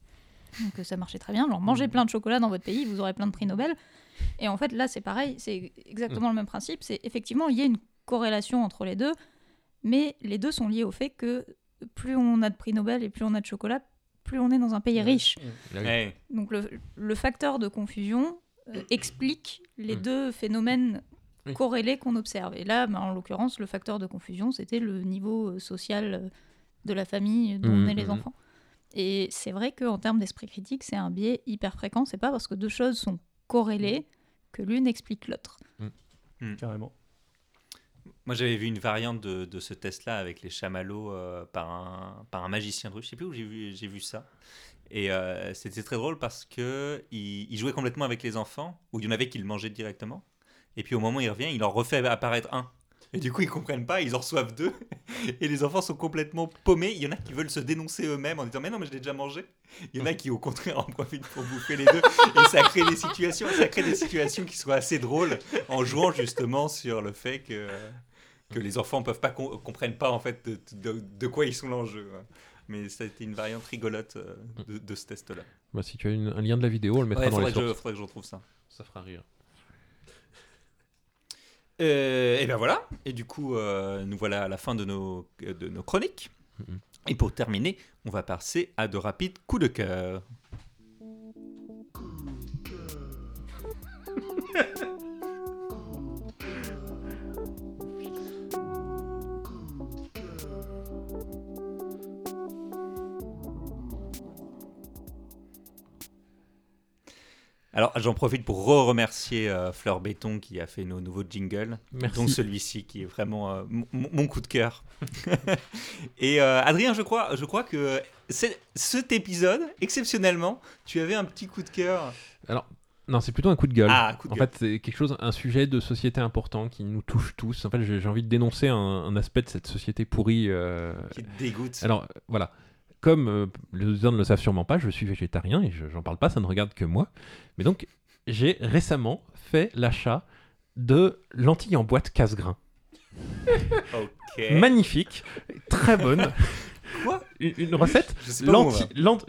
Donc euh, ça marchait très bien. Genre, mangez plein de chocolat dans votre pays, vous aurez plein de prix Nobel. Et en fait, là, c'est pareil, c'est exactement mmh. le même principe. C'est effectivement, il y a une corrélation entre les deux, mais les deux sont liés au fait que plus on a de prix Nobel et plus on a de chocolat, plus on est dans un pays riche. Mmh. Hey. Donc le, le facteur de confusion euh, explique les mmh. deux phénomènes oui. corrélés qu'on observe. Et là, bah, en l'occurrence, le facteur de confusion, c'était le niveau euh, social euh, de la famille dont mmh. venaient les mmh. enfants. Et c'est vrai qu'en termes d'esprit critique, c'est un biais hyper fréquent. C'est pas parce que deux choses sont corrélées que l'une explique l'autre. Mmh. Mmh. Carrément. Moi, j'avais vu une variante de, de ce test-là avec les chamallows euh, par, un, par un magicien de rue. Je sais plus où j'ai vu, j'ai vu ça. Et euh, c'était très drôle parce qu'il il jouait complètement avec les enfants, où il y en avait qui le mangeaient directement. Et puis au moment où il revient, il en refait apparaître un. Et du coup, ils comprennent pas, ils en reçoivent deux. Et les enfants sont complètement paumés. Il y en a qui veulent se dénoncer eux-mêmes en disant « Mais non, mais je l'ai déjà mangé ». Il y en a qui, au contraire, en profitent pour bouffer les deux. Et ça crée des situations, ça crée des situations qui sont assez drôles en jouant justement sur le fait que, que les enfants peuvent pas com- comprennent pas en fait de, de, de quoi ils sont l'enjeu. Mais ça a été une variante rigolote de, de ce test-là. Bah, si tu as une, un lien de la vidéo, on le mettra ouais, dans les sources. Il faudrait que je retrouve ça. Ça fera rire. Euh, et bien voilà, et du coup euh, nous voilà à la fin de nos, de nos chroniques. Mm-hmm. Et pour terminer, on va passer à de rapides coups de cœur. Alors, j'en profite pour re-remercier euh, Fleur Béton qui a fait nos nouveaux jingles. Merci. Donc celui-ci qui est vraiment euh, m- mon coup de cœur. Et euh, Adrien, je crois, je crois que c'est, cet épisode, exceptionnellement, tu avais un petit coup de cœur. Alors, non, c'est plutôt un coup de gueule. Ah, coup de en gueule. fait, c'est quelque chose, un sujet de société important qui nous touche tous. En fait, j'ai, j'ai envie de dénoncer un, un aspect de cette société pourrie. Euh... Qui te dégoûte. Alors, voilà. Comme euh, les auditeurs ne le savent sûrement pas, je suis végétarien et je, j'en parle pas, ça ne regarde que moi. Mais donc, j'ai récemment fait l'achat de lentilles en boîte casse-grain. Ok. Magnifique, très bonne. Quoi ? Une, une recette Je sais pas lentilles, où lent...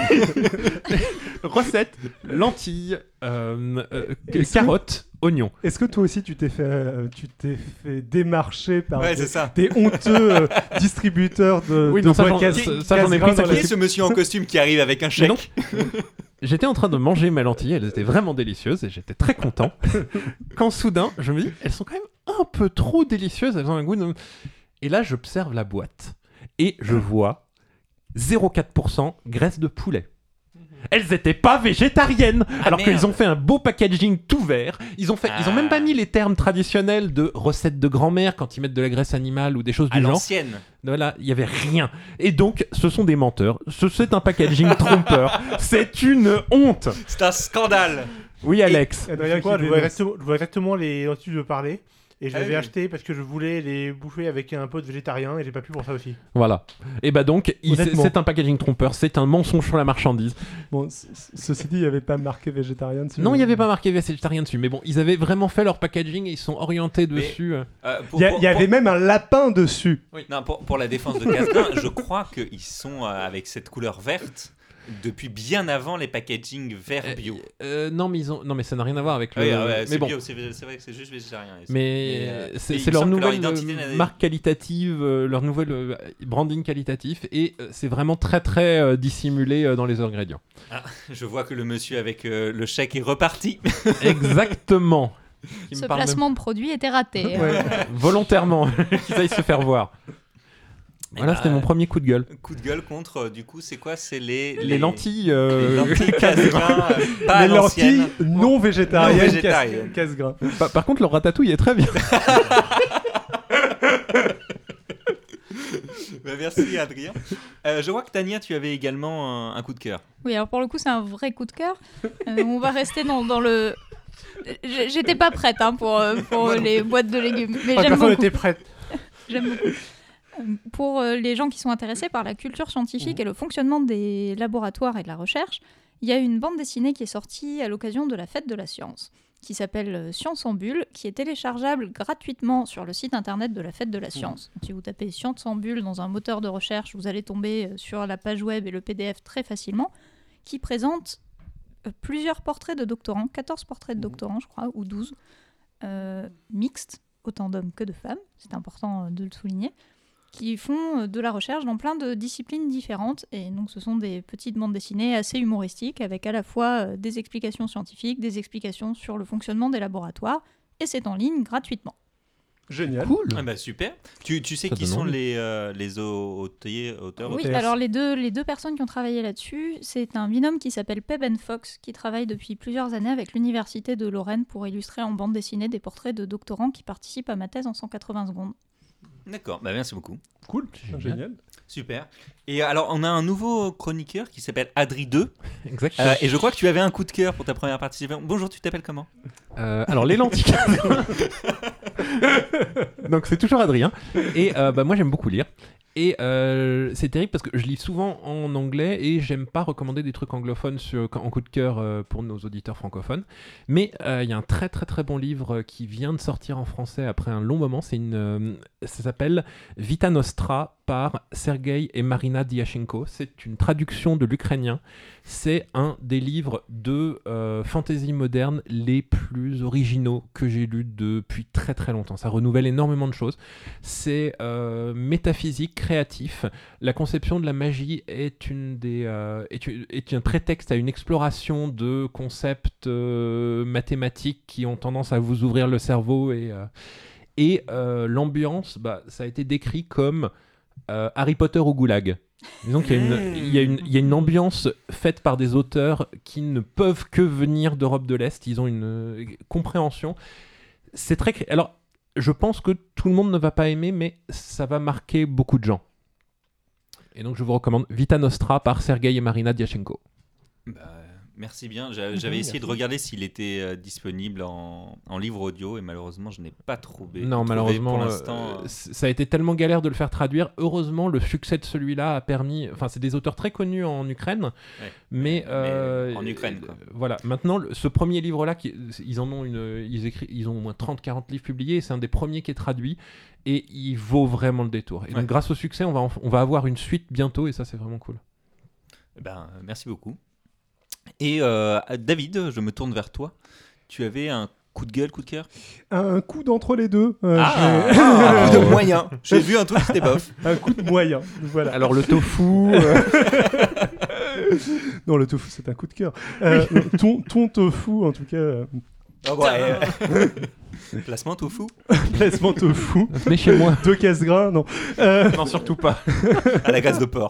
recette lentilles, euh, euh, Est-ce carottes, que... oignons. Est-ce que toi aussi tu t'es fait, euh, tu t'es fait démarcher par ouais, des, c'est des honteux euh, distributeurs de, oui, de non, ça, bois j'en, casse, ça, ça, j'en ai pris. Qui est ce monsieur en costume qui arrive avec un chèque ? J'étais en train de manger mes lentilles, elles étaient vraiment délicieuses et j'étais très content. Quand soudain, je me dis, elles sont quand même un peu trop délicieuses, elles ont un goût de... Et là, j'observe la boîte et je vois zéro virgule quatre pour cent graisse de poulet. Elles étaient pas végétariennes, ah, alors merde. qu'ils ont fait un beau packaging tout vert. Ils ont fait, ah. ils ont même pas mis les termes traditionnels de recettes de grand-mère quand ils mettent de la graisse animale ou des choses du à genre. l'ancienne. Voilà, il y avait rien. Et donc, ce sont des menteurs. Ce, c'est un packaging trompeur. C'est une honte. C'est un scandale. Oui, Alex. Et, et quoi, je vois exactement, je vois exactement les lentilles de parler. Et je ah, l'avais oui. acheté parce que je voulais les bouffer avec un pote végétarien et j'ai pas pu pour ça aussi. Voilà. Et bah donc, il, c'est, c'est un packaging trompeur, c'est un mensonge sur la marchandise. Bon, c- ceci dit, il n'y avait pas marqué végétarien dessus. Non, il n'y avait pas marqué végétarien dessus, mais bon, ils avaient vraiment fait leur packaging et ils sont orientés mais, dessus. Euh, il y, a, y avait pour... même un lapin dessus. Oui. Non, pour, pour la défense de Casgrain, je crois qu'ils sont euh, avec cette couleur verte depuis bien avant les packaging verts bio. Euh, euh, non, mais ils ont, non, mais ça n'a rien à voir avec le. Oui, ah ouais, mais c'est bon. bio, c'est, c'est vrai que c'est juste végétarien. Mais, mais euh, c'est, mais c'est leur nouvelle leur euh, marque qualitative, euh, leur nouvelle euh, branding qualitatif, et euh, c'est vraiment très très euh, dissimulé euh, dans les ingrédients. Ah, je vois que le monsieur avec euh, le chèque est reparti. Exactement. Ce placement même... de produit était raté. Ouais, volontairement, qu'ils aillent se faire voir. Voilà, bah, c'était mon premier coup de gueule. Coup de gueule contre, du coup, c'est quoi ? C'est les, les... les lentilles... Euh... Les lentilles casse-grain, pas les lentilles non végétariennes, non végétariennes. Casse-grain. Par, par contre, leur ratatouille est très bien. bah, merci, Adrien. Euh, je vois que, Tania, tu avais également un, un coup de cœur. Oui, alors pour le coup, c'est un vrai coup de cœur. Euh, on va rester dans, dans le... J'étais pas prête hein, pour, pour les boîtes de légumes, mais ah, j'aime personne beaucoup. n'était prête. J'aime beaucoup. Pour les gens qui sont intéressés par la culture scientifique mmh. et le fonctionnement des laboratoires et de la recherche, il y a une bande dessinée qui est sortie à l'occasion de la Fête de la Science, qui s'appelle Science en Bulle, qui est téléchargeable gratuitement sur le site internet de la Fête de la Science. Mmh. Donc, si vous tapez Science en Bulle dans un moteur de recherche, vous allez tomber sur la page web et le P D F très facilement. qui présente euh, plusieurs portraits de doctorants, quatorze portraits de doctorants, je crois, ou douze, euh, mixtes, autant d'hommes que de femmes, c'est important de le souligner, qui font de la recherche dans plein de disciplines différentes. Et donc ce sont des petites bandes dessinées assez humoristiques, avec à la fois des explications scientifiques, des explications sur le fonctionnement des laboratoires, et c'est en ligne gratuitement. Génial. Cool. Ah bah super. Tu, tu sais Ça qui donne sont envie. les, euh, les au- auteurs, auteurs Oui, auteurs alors les deux, les deux personnes qui ont travaillé là-dessus, c'est un binôme qui s'appelle Peben Fox, qui travaille depuis plusieurs années avec l'Université de Lorraine pour illustrer en bande dessinée des portraits de doctorants qui participent à ma thèse en cent quatre-vingts secondes. D'accord, bah merci beaucoup. Cool. Génial. Génial. Super. Et alors, on a un nouveau chroniqueur qui s'appelle Adri deux. Exactement. Euh, et je crois que tu avais un coup de cœur pour ta première participation. Bonjour, tu t'appelles comment ? Euh, alors les lentilles. Donc c'est toujours Adrien. Et euh, bah, moi j'aime beaucoup lire. Et euh, c'est terrible parce que je lis souvent en anglais et j'aime pas recommander des trucs anglophones sur, en coup de cœur euh, pour nos auditeurs francophones. Mais il euh, y a un très très très bon livre qui vient de sortir en français après un long moment. C'est une, euh, ça s'appelle Vita Nostra par Sergei et Marina Diachenko. C'est une traduction de l'ukrainien. C'est un des livres de euh, fantasy moderne les plus originaux que j'ai lus depuis très très longtemps. Ça renouvelle énormément de choses. C'est euh, métaphysique, créatif. La conception de la magie est, une des, euh, est, une, est un prétexte à une exploration de concepts euh, mathématiques qui ont tendance à vous ouvrir le cerveau. Et, euh, et euh, l'ambiance, bah, ça a été décrit comme euh, Harry Potter au goulag. Disons qu'il y a, une, il y a une, il y a une ambiance faite par des auteurs qui ne peuvent que venir d'Europe de l'Est. Ils ont une euh, compréhension. C'est très... cré- Alors, je pense que tout le monde ne va pas aimer, mais ça va marquer beaucoup de gens. Et donc, je vous recommande Vita Nostra par Sergei et Marina Diachenko. Bah, merci bien. J'a- J'avais essayé de regarder s'il était euh, disponible en, en livre audio et malheureusement, je n'ai pas trouvé. Non, trouvé malheureusement, pour euh, l'instant. euh, c- ça a été tellement galère de le faire traduire. Heureusement, le succès de celui-là a permis... Enfin, c'est des auteurs très connus en Ukraine, Ouais. mais... Mais euh, en Ukraine, quoi. euh, Voilà. Maintenant, le- ce premier livre-là, qui, ils en ont une... Ils, écrit, ils ont au moins trente quarante livres publiés, et c'est un des premiers qui est traduit, et il vaut vraiment le détour. Et Ouais. donc, grâce au succès, on va, en- on va avoir une suite bientôt, et ça, c'est vraiment cool. Ben, merci beaucoup. Et euh, David, je me tourne vers toi. Tu avais un coup de gueule, coup de cœur Un coup d'entre les deux. euh, Ah, j'ai- ah, un coup de moyen. J'ai vu un truc, c'était bof. un coup de moyen. Voilà. Alors, le tofu... euh, Non, le tofu, c'est un coup de cœur. Euh, ton, ton tofu, en tout cas, euh, Ah ouais. Placement tofu. placement tofu. mais chez moi. Deux casse-grains, non. Euh, Non, surtout pas. À la gaz de porc.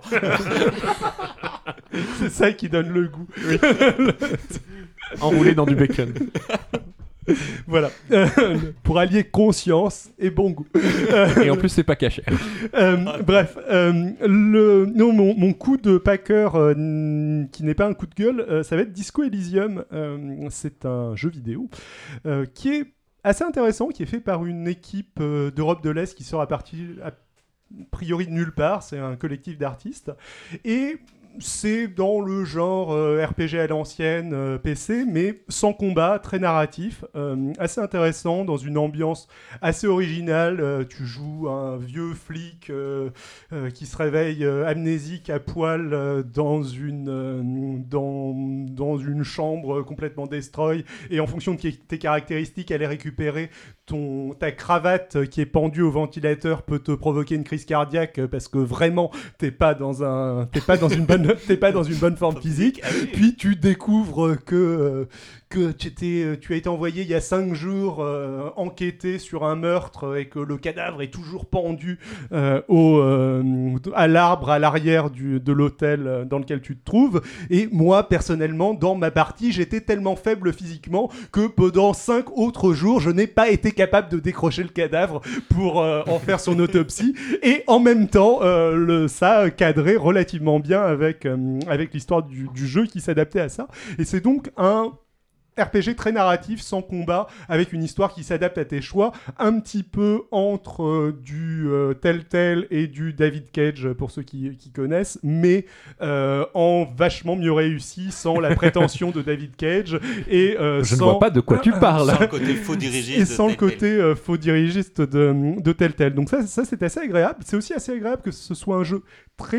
c'est ça qui donne le goût. Enroulé dans du bacon. Voilà. Euh, pour allier conscience et bon goût. Et en plus, c'est pas caché. Euh, bref, euh, le, non, mon, mon coup de Packer euh, n- qui n'est pas un coup de gueule, euh, ça va être Disco Elysium. Euh, c'est un jeu vidéo euh, qui est assez intéressant, qui est fait par une équipe euh, d'Europe de l'Est qui sort à partir a priori de nulle part. C'est un collectif d'artistes et c'est dans le genre euh, R P G à l'ancienne, euh, P C, mais sans combat, très narratif, euh, assez intéressant, dans une ambiance assez originale. Euh, tu joues un vieux flic euh, euh, qui se réveille euh, amnésique à poil euh, dans, une, euh, dans, dans une chambre complètement destroy, et en fonction de tes caractéristiques, aller récupérer ton, ta cravate qui est pendue au ventilateur peut te provoquer une crise cardiaque euh, parce que vraiment, t'es pas dans, un, t'es pas dans une bonne t'es pas dans une bonne forme physique. Puis tu découvres que, euh, que tu, étais, tu as été envoyé il y a cinq jours euh, enquêter sur un meurtre et que le cadavre est toujours pendu euh, au, euh, à l'arbre à l'arrière du, de l'hôtel dans lequel tu te trouves. Et moi, personnellement, dans ma partie, j'étais tellement faible physiquement que pendant cinq autres jours, je n'ai pas été capable de décrocher le cadavre pour euh, en faire son autopsie. Et en même temps, euh, le, ça cadrait relativement bien avec Avec, euh, avec l'histoire du, du jeu qui s'adaptait à ça. Et c'est donc un R P G très narratif, sans combat, avec une histoire qui s'adapte à tes choix, un petit peu entre euh, du euh, Telltale et du David Cage, pour ceux qui, qui connaissent, mais euh, en vachement mieux réussi, sans la prétention de David Cage. Et, euh, Je sans... ne vois pas de quoi tu parles. Sans le côté faux dirigiste. Et de sans le Telltale. côté euh, faux dirigiste de, de Telltale. Donc ça, ça c'est assez agréable. C'est aussi assez agréable que ce soit un jeu très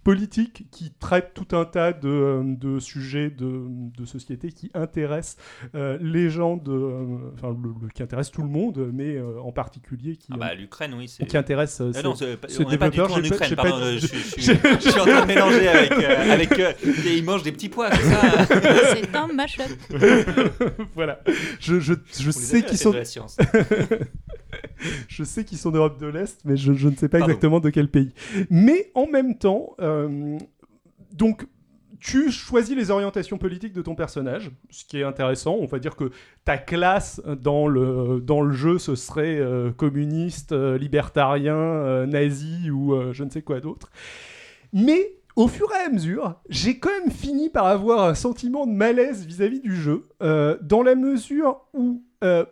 politique qui traite tout un tas de, de sujets de, de société qui intéressent euh, les gens, de, euh, enfin, le, le, qui intéressent tout le monde, mais euh, en particulier qui, ah bah, l'Ukraine, oui, c'est... qui intéresse euh, ah non, c'est, ces on n'est pas du tout en développeurs. Ukraine, J'ai pardon, pas- je, je, je, suis- je suis en train de mélanger avec... euh, avec euh, ils mangent des petits pois, c'est ça. C'est un mash-up. Voilà. Je, je, je On les sais avait, la qu'ils fête sont de la science. je sais qu'ils sont d'Europe de l'Est, mais je, je ne sais pas Pardon. exactement de quel pays. Mais en même temps, euh, donc, tu choisis les orientations politiques de ton personnage, ce qui est intéressant. On va dire que ta classe dans le, dans le jeu, ce serait euh, communiste, euh, libertarien, euh, nazi ou euh, je ne sais quoi d'autre. Mais au fur et à mesure, j'ai quand même fini par avoir un sentiment de malaise vis-à-vis du jeu, euh, dans la mesure où euh,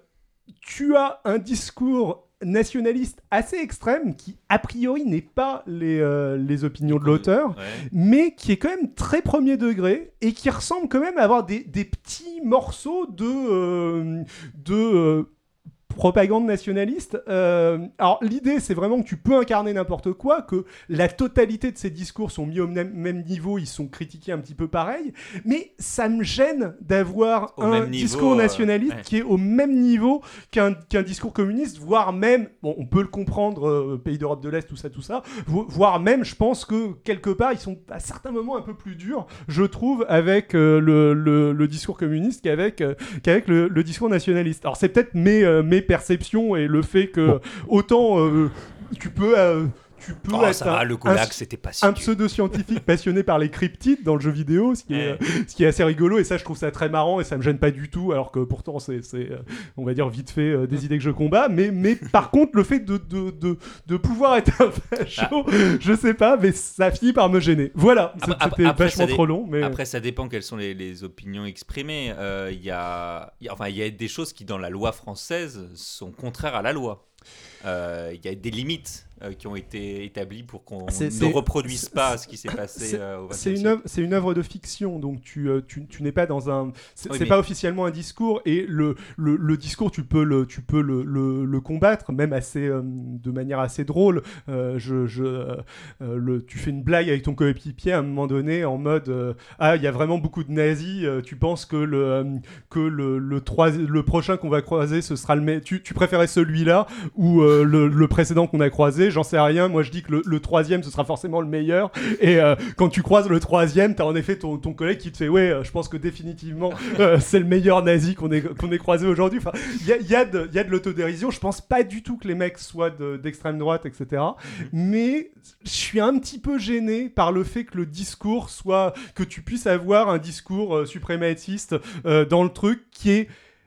tu as un discours nationaliste assez extrême qui, a priori, n'est pas les, euh, les opinions de l'auteur, Ouais. mais qui est quand même très premier degré et qui ressemble quand même à avoir des, des petits morceaux de, euh, de euh, propagande nationaliste. Euh, alors l'idée, c'est vraiment que tu peux incarner n'importe quoi, que la totalité de ces discours sont mis au même, même niveau, ils sont critiqués un petit peu pareil, mais ça me gêne d'avoir Au un même niveau, discours euh, nationaliste ouais. qui est au même niveau qu'un, qu'un discours communiste, voire même, bon, on peut le comprendre, euh, pays d'Europe de l'Est, tout ça, tout ça, vo- voire même, je pense que quelque part, ils sont à certains moments un peu plus durs, je trouve, avec euh, le, le, le discours communiste qu'avec, euh, qu'avec le, le discours nationaliste. Alors c'est peut-être mes, euh, mes perceptions et le fait que Bon. autant euh, tu peux... euh, tu peux Oh, être ça un, va, le un- Goulag, c'était pas si un dur. pseudo-scientifique passionné par les cryptides dans le jeu vidéo, ce qui, est, ce qui est assez rigolo, et ça je trouve ça très marrant et ça me gêne pas du tout, alors que pourtant c'est, c'est euh, on va dire vite fait euh, des idées que je combats, mais, mais par contre le fait de, de, de, de pouvoir être un facho, je sais pas, mais ça finit par me gêner. Voilà, Après- c'était après- après, vachement ça dé- trop long, mais... Après, ça dépend quelles sont les, les opinions exprimées. Euh, Il y a, il y a- enfin, il y a des choses qui, dans la loi française, sont contraires à la loi. Euh, Il y a des limites euh, qui ont été établies pour qu'on C'est- ne c'est- reproduise c'est- pas ce qui s'est passé c'est- euh, au C'est vingtième une, siècle. œuvre, c'est une œuvre de fiction, donc tu, euh, tu, tu n'es pas dans un... C'est, Oui, c'est mais- pas officiellement un discours, et le, le, le discours, tu peux le, tu peux le, le, le combattre, même assez, euh, de manière assez drôle. Euh, je, je, euh, euh, le, tu fais une blague avec ton coéquipier à un moment donné, en mode euh, ah, il y a vraiment beaucoup de nazis, euh, tu penses que le, euh, que le, le, trois, le prochain qu'on va croiser, ce sera le... Me- tu, tu préférais celui-là, ou euh, le, le précédent qu'on a croisé, j'en sais rien, moi je dis que le, le troisième ce sera forcément le meilleur, et euh, quand tu croises le troisième, t'as en effet ton, ton collègue qui te fait ouais, euh, je pense que définitivement euh, c'est le meilleur nazi qu'on ait, qu'on ait croisé aujourd'hui. Enfin, il y a, y a de, y a de l'autodérision, je pense pas du tout que les mecs soient de, d'extrême droite, et cetera. Mais je suis un petit peu gêné par le fait que le discours soit, que tu puisses avoir un discours euh, suprématiste euh, dans le truc qui est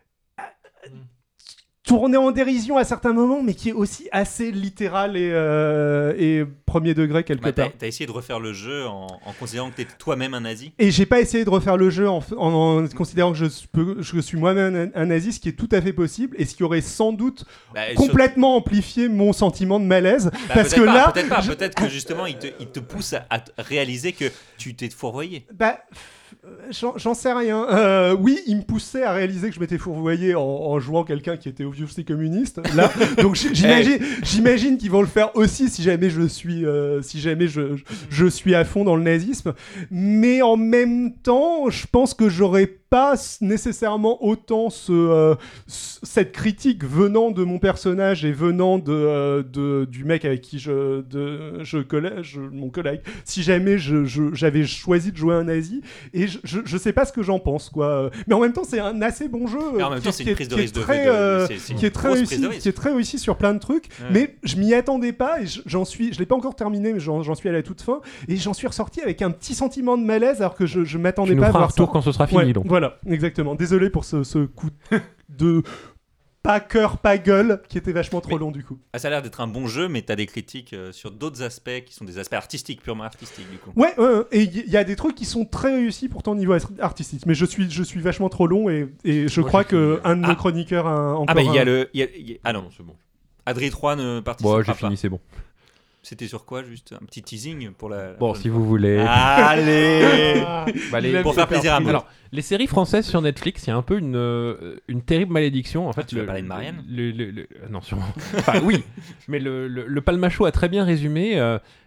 tourné en dérision à certains moments, mais qui est aussi assez littéral et, euh, et premier degré quelque Bah, part. t'as, t'as essayé de refaire le jeu en, en considérant que t'es toi-même un nazi. Et j'ai pas essayé de refaire le jeu en, en, en considérant que je, peux- je suis moi-même un, un nazi, ce qui est tout à fait possible, et ce qui aurait sans doute Bah, sur- complètement amplifié mon sentiment de malaise. bah, parce peut-être que pas, là, peut-être pas, je- peut-être que justement il te, il te pousse à, à te réaliser que tu t'es fourvoyé. Bah, euh, j'en, j'en sais rien. Euh, oui, il me poussait à réaliser que je m'étais fourvoyé en, en jouant quelqu'un qui était obviously communiste. Là, donc j- j'imagine, j'imagine qu'ils vont le faire aussi si jamais je suis, euh, si jamais je, je, je suis à fond dans le nazisme. Mais en même temps, je pense que j'aurais pas s- nécessairement autant ce, euh, c- cette critique venant de mon personnage et venant de, euh, de du mec avec qui je, de, je collège, mon collègue. Si jamais je, je- j'avais choisi de jouer un nazi, et je, je, je sais pas ce que j'en pense, quoi. Mais en même temps, c'est un assez bon jeu. Mais en même qui- temps, c'est qui une est- prise de qui est risque de- très, de- euh, c'est- c'est une qui est très grosse réussi, prise de risque. qui est très réussi sur plein de trucs. Ouais. Mais je m'y attendais pas et j- j'en suis, je l'ai pas encore terminé, mais j'en, j'en suis à la toute fin et j'en suis ressorti avec un petit sentiment de malaise alors que je, je m'attendais Tu nous pas à feras un voir retour ça. quand ce sera fini, Ouais, donc. Voilà, exactement. Désolé pour ce, ce coup de pas cœur, pas gueule qui était vachement trop Mais- long du coup. Ah, ça a l'air d'être un bon jeu, mais t'as des critiques euh, sur d'autres aspects qui sont des aspects artistiques, purement artistiques du coup. Ouais, ouais, ouais. Et il y, y a des trucs qui sont très réussis pourtant au niveau art- artistique. Mais je suis, je suis vachement trop long et, et je Moi, crois j'ai que fini. un de nos Ah. chroniqueurs a encore Ah bah il y a un- le... il y a- il y a- Ah non, c'est bon. Adri trois ne participe Bon, pas. j'ai fini, c'est bon. C'était sur quoi, juste un petit teasing pour la... la Bon, prochaine si fois. vous voulez. Allez Ah, Bah, les- il aime Pour se faire plaisir à Maud. Alors, les séries françaises sur Netflix, il y a un peu une, euh, une terrible malédiction. En fait, tu vas parler de Marianne le, le- le- Non, sûrement. Enfin, oui, mais le, le, le Palmacho a très bien résumé. euh,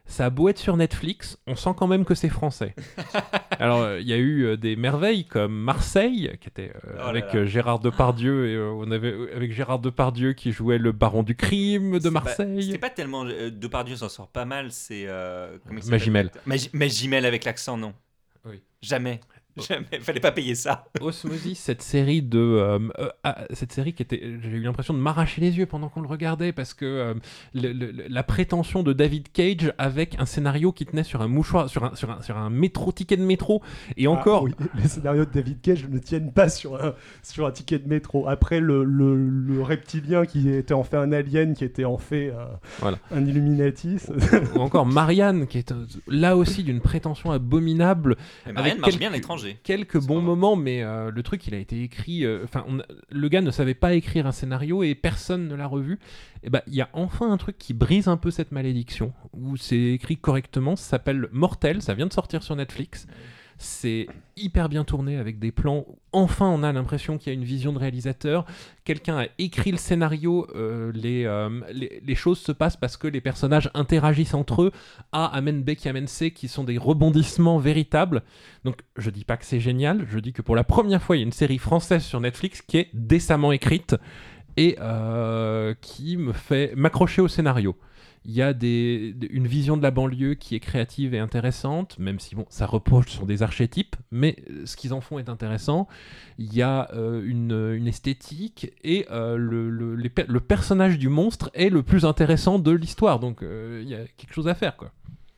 Ça a beau être sur Netflix, on sent quand même que c'est français. Alors, il euh, y a eu euh, des merveilles comme Marseille, qui était euh, oh avec euh, Gérard Depardieu, et euh, on avait euh, avec Gérard Depardieu qui jouait le baron du crime de c'est Marseille. Pas, c'était pas tellement euh, Depardieu s'en sort pas mal, c'est euh, comment il Magimel. Mag- Magimel avec l'accent, non. Oui. Jamais. Jamais. Fallait pas payer ça. Osmosis, cette série de euh, euh, ah, cette série qui était, j'ai eu l'impression de m'arracher les yeux pendant qu'on le regardait parce que euh, le, le, la prétention de David Cage avec un scénario qui tenait sur un mouchoir, sur un sur un sur un métro ticket de métro et encore. Ah, oui. Les scénarios de David Cage ne tiennent pas sur un sur un ticket de métro. Après le, le, le reptilien qui était en fait un alien, qui était en fait un, voilà. un Illuminati. Ou encore Marianne qui est là aussi d'une prétention abominable. Mais Marianne avec marche quelques... bien à l'étranger. Quelques bons moments, mais euh, le truc, il a été écrit. Enfin, euh, le gars ne savait pas écrire un scénario et personne ne l'a revu. Et bah, il y a enfin un truc qui brise un peu cette malédiction, où c'est écrit correctement. Ça s'appelle Mortel. Ça vient de sortir sur Netflix. C'est hyper bien tourné avec des plans. Enfin, on a l'impression qu'il y a une vision de réalisateur. Quelqu'un a écrit le scénario. Euh, les, euh, les, les choses se passent parce que les personnages interagissent entre eux. A amène B qui amène C, qui sont des rebondissements véritables. Donc, je dis pas que c'est génial. Je dis que pour la première fois, il y a une série française sur Netflix qui est décemment écrite et euh, qui me fait m'accrocher au scénario. Il y a des, une vision de la banlieue qui est créative et intéressante, même si bon, ça repose sur des archétypes, mais ce qu'ils en font est intéressant. Il y a euh, une, une esthétique et euh, le, le, les, le personnage du monstre est le plus intéressant de l'histoire, donc euh, il y a quelque chose à faire, quoi.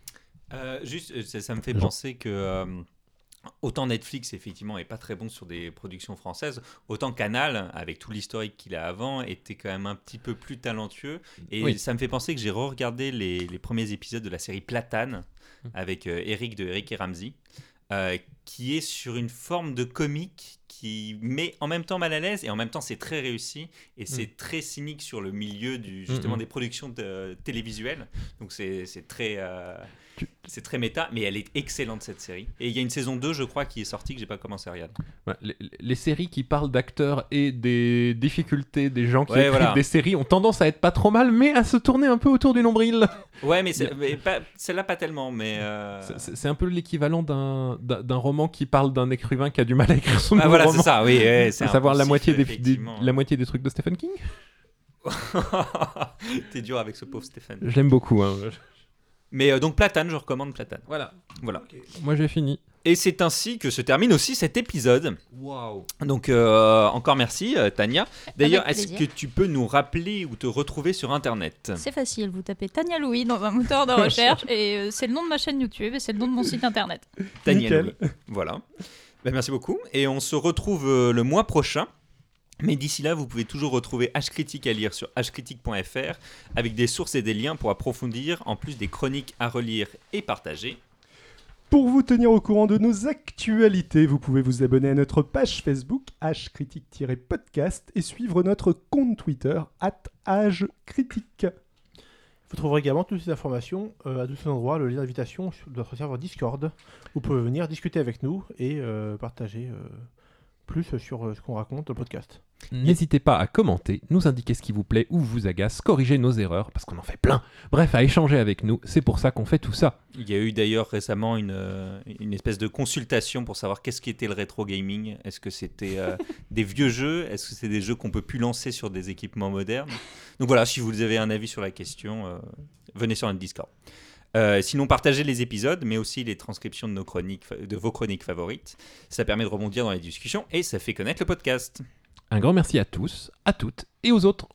Euh, juste, ça, ça me fait Jean. penser que... Euh... Autant Netflix, effectivement, est pas très bon sur des productions françaises, autant Canal, avec tout l'historique qu'il a avant, était quand même un petit peu plus talentueux. Et oui. Ça me fait penser que j'ai re-regardé les, les premiers épisodes de la série Platane, avec euh, Eric de Eric et Ramsey, euh, qui est sur une forme de comique qui met en même temps mal à l'aise, et en même temps c'est très réussi, et c'est mmh. très cynique sur le milieu du, justement mmh. des productions de, télévisuelles. Donc c'est, c'est très... Euh, C'est très méta, mais elle est excellente cette série. Et il y a une saison deux, je crois, qui est sortie, que j'ai pas commencé à regarder. Ouais, les, les séries qui parlent d'acteurs et des difficultés des gens qui ouais, écrivent voilà. des séries ont tendance à être pas trop mal, mais à se tourner un peu autour du nombril. Ouais, mais, c'est, mais pas, celle-là pas tellement, mais... Euh... C'est, c'est un peu l'équivalent d'un, d'un, d'un roman qui parle d'un écrivain qui a du mal à écrire son ah, nouveau voilà, roman. C'est ça, oui. Ouais, c'est à savoir la moitié, des, des, ouais. la moitié des trucs de Stephen King. T'es dur avec ce pauvre Stephen. Je l'aime beaucoup, hein. Mais euh, donc Platane, je recommande Platane. Voilà. Voilà. Okay. Moi j'ai fini. Et c'est ainsi que se termine aussi cet épisode. Waouh. Donc euh, encore merci euh, Tania. D'ailleurs, est-ce que tu peux nous rappeler ou te retrouver sur Internet ? C'est facile, vous tapez Tania Louis dans un moteur de recherche et euh, c'est le nom de ma chaîne YouTube et c'est le nom de mon site Internet. Tania Louis. Voilà. Ben, merci beaucoup. Et on se retrouve euh, le mois prochain. Mais d'ici là, vous pouvez toujours retrouver H Critique à lire sur h critique point f r avec des sources et des liens pour approfondir, en plus des chroniques à relire et partager. Pour vous tenir au courant de nos actualités, vous pouvez vous abonner à notre page Facebook H Critique-podcast et suivre notre compte Twitter arobase H Critique. Vous trouverez également toutes ces informations euh, à tous ces endroits, le lien d'invitation sur notre serveur Discord. Vous pouvez venir discuter avec nous et euh, partager euh, plus sur euh, ce qu'on raconte dans le podcast. N'hésitez pas à commenter, nous indiquer ce qui vous plaît ou vous agace, corriger nos erreurs, parce qu'on en fait plein. Bref, à échanger avec nous, c'est pour ça qu'on fait tout ça. Il y a eu d'ailleurs récemment une, une espèce de consultation pour savoir qu'est-ce qu'était le rétro gaming. Est-ce que c'était euh, des vieux jeux ? Est-ce que c'est des jeux qu'on peut plus lancer sur des équipements modernes ? Donc voilà, si vous avez un avis sur la question, euh, venez sur notre Discord. Euh, sinon, partagez les épisodes, mais aussi les transcriptions de, nos chroniques, de vos chroniques favorites. Ça permet de rebondir dans les discussions et ça fait connaître le podcast. Un grand merci à tous, à toutes et aux autres.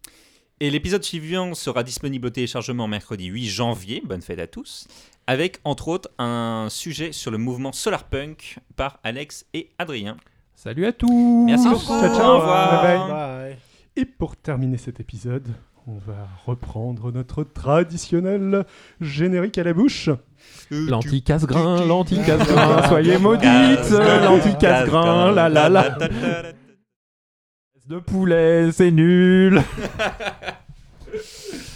Et l'épisode suivant sera disponible au téléchargement mercredi huit janvier, bonne fête à tous, avec entre autres un sujet sur le mouvement Solarpunk par Alex et Adrien. Salut à tous. Merci beaucoup. Ciao, ciao. Au revoir. Bye bye. Bye. Et pour terminer cet épisode, on va reprendre notre traditionnel générique à la bouche. L'anti-casse-grain, l'anti-casse-grain, soyez maudites, l'anti-casse-grain, la la la. De poulet, c'est nul.